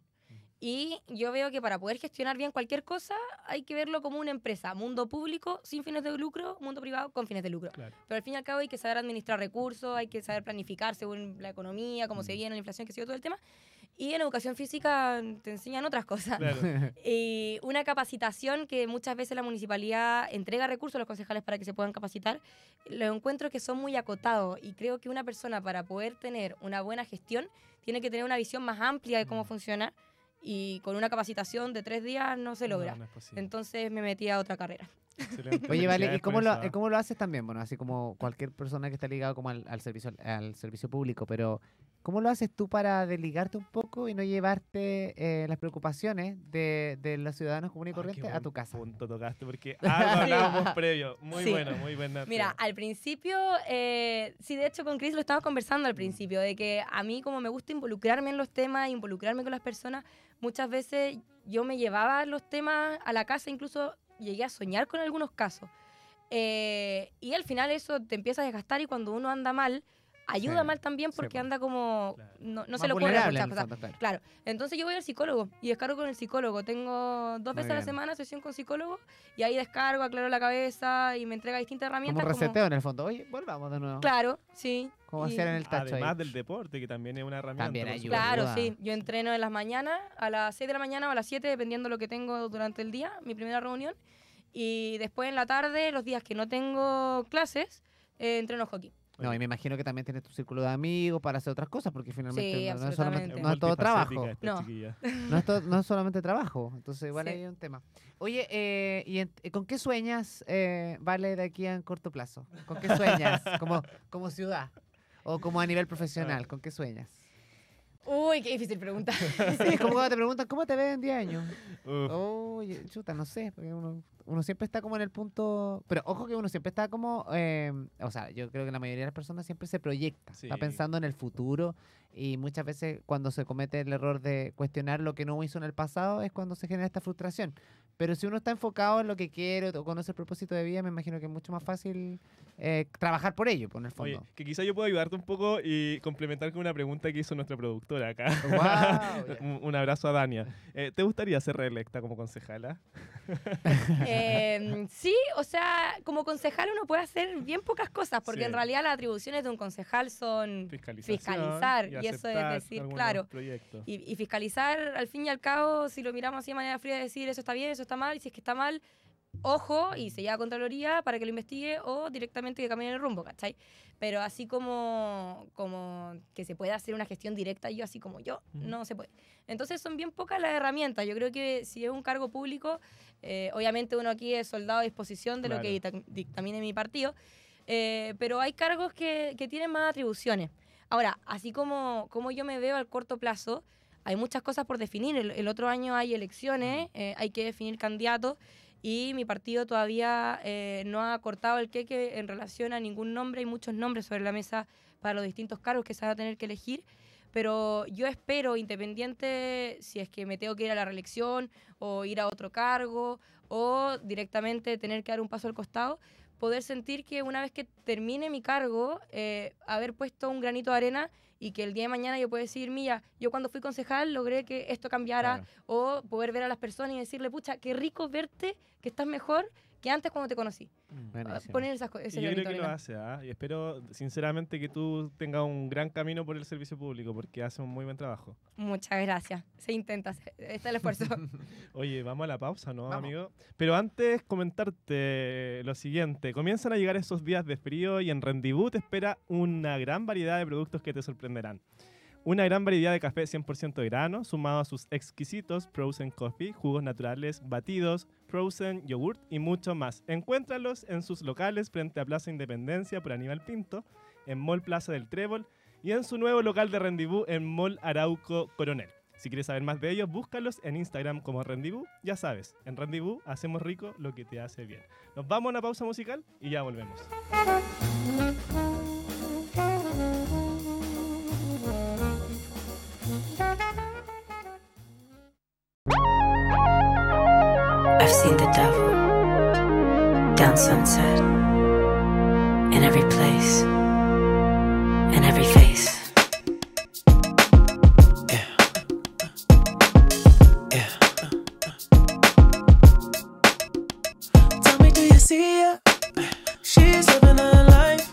Y yo veo que para poder gestionar bien cualquier cosa hay que verlo como una empresa. Mundo público sin fines de lucro, mundo privado con fines de lucro. Claro. Pero al fin y al cabo hay que saber administrar recursos, hay que saber planificar según la economía, cómo se viene la inflación, que sigue todo el tema. Y en educación física te enseñan otras cosas. Claro. Y una capacitación que muchas veces la municipalidad entrega recursos a los concejales para que se puedan capacitar, lo encuentro que son muy acotados y creo que una persona para poder tener una buena gestión tiene que tener una visión más amplia de cómo funciona y con una capacitación de tres días no se logra. No, no es posible. Entonces me metí a otra carrera. Excelente. Oye, vale, ¿y Felicidades cómo por lo, eso, eh, cómo lo haces también? Bueno, así como cualquier persona que está ligado como al, al servicio al servicio público, pero ¿cómo lo haces tú para desligarte un poco y no llevarte eh, las preocupaciones de, de los ciudadanos comunes y Ah, qué corrientes a buen tu casa? punto tocaste, porque algo hablábamos previo. Muy Sí. bueno, muy buena. Mira, al principio, eh, sí, de hecho con Chris lo estábamos conversando al principio, de que a mí como me gusta involucrarme en los temas, involucrarme con las personas, muchas veces yo me llevaba los temas a la casa, incluso llegué a soñar con algunos casos. Eh, y al final eso te empieza a desgastar y cuando uno anda mal, ayuda Sí, mal también sí, porque po. anda como... Claro. No, no Más se le ocurre vulnerable, muchas en el cosas. fondo, claro. Claro, entonces yo voy al psicólogo y descargo con el psicólogo. Tengo dos Muy veces a la bien. semana sesión con psicólogo y ahí descargo, aclaro la cabeza y me entrega distintas Como herramientas. un reseteo en el fondo. Oye, volvamos de nuevo. Claro, sí. Como Y- hacían en el tacho Además ahí. del deporte, que también es una herramienta. También por ayuda. supuesto. Claro, ayuda. sí. Yo entreno en las mañanas, a las seis de la mañana o a las siete, dependiendo de lo que tengo durante el día, mi primera reunión. Y después en la tarde, los días que no tengo clases, eh, entreno hockey. No, y me imagino que también tienes tu círculo de amigos para hacer otras cosas, porque finalmente Sí, no, no es absolutamente. solamente, Es no es todo trabajo. multifacética esta No. chiquilla. No es, to- no es solamente trabajo, entonces igual Sí. hay un tema. Oye, eh, ¿y en- con qué sueñas, eh, Vale, de aquí a corto plazo? ¿Con qué sueñas? como, como ciudad o como a nivel profesional, ¿con qué sueñas? Uy, qué difícil pregunta. Es como cuando te preguntan, ¿cómo te ves en diez años? Uf. Oye, chuta, no sé, porque uno, uno siempre está como en el punto... Pero ojo que uno siempre está como... eh, o sea, yo creo que la mayoría de las personas siempre se proyecta, Sí. está pensando en el futuro y muchas veces cuando se comete el error de cuestionar lo que no hizo en el pasado es cuando se genera esta frustración. Pero si uno está enfocado en lo que quiere o conoce el propósito de vida, me imagino que es mucho más fácil eh, trabajar por ello, por en el Oye, fondo. que quizá yo puedo ayudarte un poco y complementar con una pregunta que hizo nuestra productora acá. Guau, ya. un, un abrazo a Dania. Eh, ¿Te gustaría ser reelecta como concejala? Eh, sí, o sea, como concejal uno puede hacer bien pocas cosas, porque Sí. en realidad las atribuciones de un concejal son Fiscalización fiscalizar, y, eso es aceptar decir, algunos claro, proyectos. y, y fiscalizar al fin y al cabo, si lo miramos así de manera fría, decir eso está bien, eso está mal, y si es que está mal, ojo, y se lleva a Contraloría para que lo investigue o directamente que cambie el rumbo, ¿cachai? Pero así como, como que se pueda hacer una gestión directa, yo así como yo, Ujú. no se puede. Entonces son bien pocas las herramientas. Yo creo que si es un cargo público, eh, obviamente uno aquí es soldado a disposición de lo Claro. que dicta- dictamine mi partido, eh, pero hay cargos que, que tienen más atribuciones. Ahora, así como, como yo me veo al corto plazo, hay muchas cosas por definir. El, el otro año hay elecciones, eh, hay que definir candidatos y mi partido todavía eh, no ha cortado el queque en relación a ningún nombre. Hay muchos nombres sobre la mesa para los distintos cargos que se van a tener que elegir. Pero yo espero, independiente si es que me tengo que ir a la reelección o ir a otro cargo o directamente tener que dar un paso al costado, poder sentir que una vez que termine mi cargo, eh, haber puesto un granito de arena y que el día de mañana yo pueda decir, mira, yo cuando fui concejal logré que esto cambiara, Claro. o poder ver a las personas y decirle, pucha, qué rico verte, que estás mejor que antes cuando te conocí. Buenísimo. Poner esas cosas. Y yo creo que lo hace, ¿ah? Y espero sinceramente que tú tengas un gran camino por el servicio público porque hace un muy buen trabajo. Muchas gracias. Se intenta, se- está el esfuerzo. Oye, vamos a la pausa, ¿no, Vamos. amigo? Pero antes comentarte lo siguiente. Comienzan a llegar esos días de frío y en Rendezvous te espera una gran variedad de productos que te sorprenderán. Una gran variedad de café cien por ciento de grano, sumado a sus exquisitos frozen coffee, jugos naturales, batidos, frozen, yogurt y mucho más. Encuéntralos en sus locales frente a Plaza Independencia por Aníbal Pinto, en Mall Plaza del Trébol y en su nuevo local de Rendezvous en Mall Arauco Coronel. Si quieres saber más de ellos, búscalos en Instagram como Rendezvous. Ya sabes, en Rendezvous hacemos rico lo que te hace bien. Nos vamos a una pausa musical y ya volvemos. I've seen the devil down Sunset, in every place, in every face. Yeah. Yeah. Tell me, do you see her? She's living her life.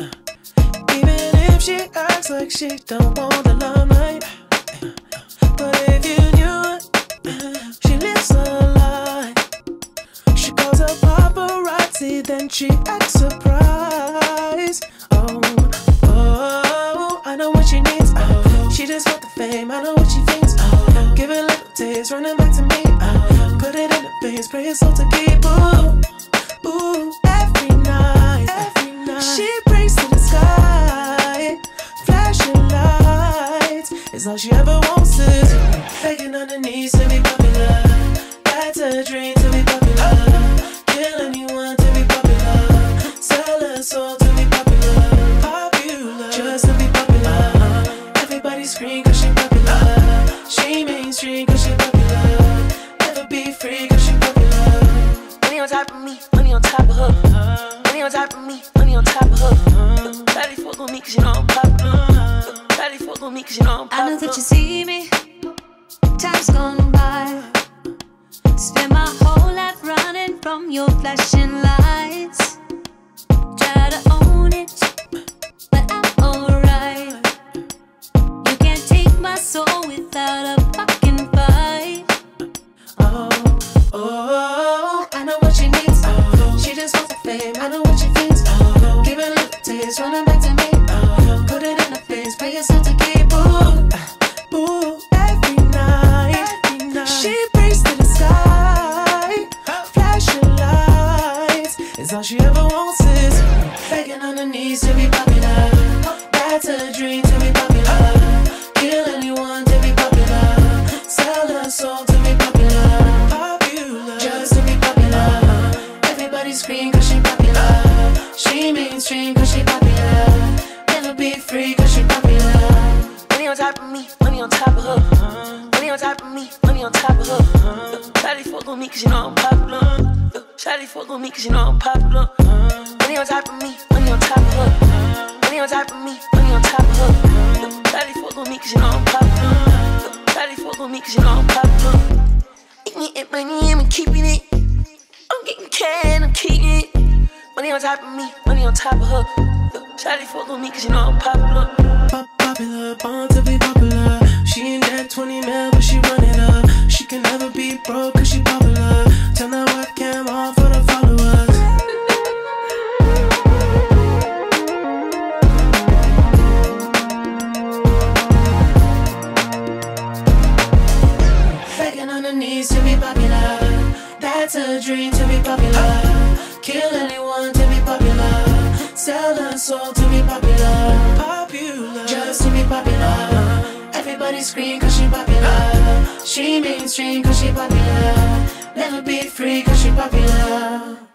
Even if she acts like she don't want the limelight. But if you knew it, she lives her life. She calls her paparazzi, then she acts surprised. Oh, oh, I know what she needs. Oh, she just want the fame, I know what she thinks. Oh, give it a little taste, running back to me. Oh, put it in the face, pray it's all to keep. Ooh, ooh, every night, every night. She prays to the sky, flashing lights. It's all she ever wants is begging on her knees to be popular. That's a dream to be popular. Kill anyone to be popular. Sell her soul to be popular. Popular, just to be popular. Everybody scream cause she popular. She mainstream cause she popular. Never be free cause she popular. Money on top of me, money on top of her. Money on top of me, money on top of her. Daddy fuck on me cause you know I'm popular. Daddy fuck on me cause you know I'm popular. I know that you see me, time's gone by. Spend my whole life running from your flashing lights. Try to own it, but I'm alright. You can't take my soul without a fucking fight. Oh, oh, I know what she needs. Oh, she just wants the fame. I know what she thinks. Oh, give it a little taste, running back to me. Oh, put it in her face, pay yourself to keep. Ooh, ooh, every night, every night. She prays to the sky, flashing lights. It's all she ever wants is begging on her knees to be popular. That's a dream to be popular. Kill anyone to be popular. Sell her soul to be popular. Popular, just to be popular. Everybody scream cause she popular. She mainstream cause she popular. Never be free cause she popular. Money on top of me, money on top of her. Money on top of me, money on top of her. Shawty fuck on me cause you know I'm popular. Shawty fuck on me cause you know I'm popular. Money on top of me, money on top of her. Money on top of me, money on top of her. Shawty fuck on me cause you know I'm popular. Shawty fuck on me cause you know I'm popular. Eating it, money, I'm keeping it. I'm getting can, I'm keeping it. Money on top of me, money on top of her. Shawty fuck on me cause you know I'm popular. Pop popular, born to be popular. She ain't that twenty mil, but she run it up. She can never be broke cause she popular. Turn that webcam on for the followers. Begging on her knees to be popular. That's a dream to be popular. Kill anyone to be popular. Sell her soul to be popular. Popular, just to be popular. Everybody scream cause she popular. She mainstream cause she popular. Never be free cause she popular.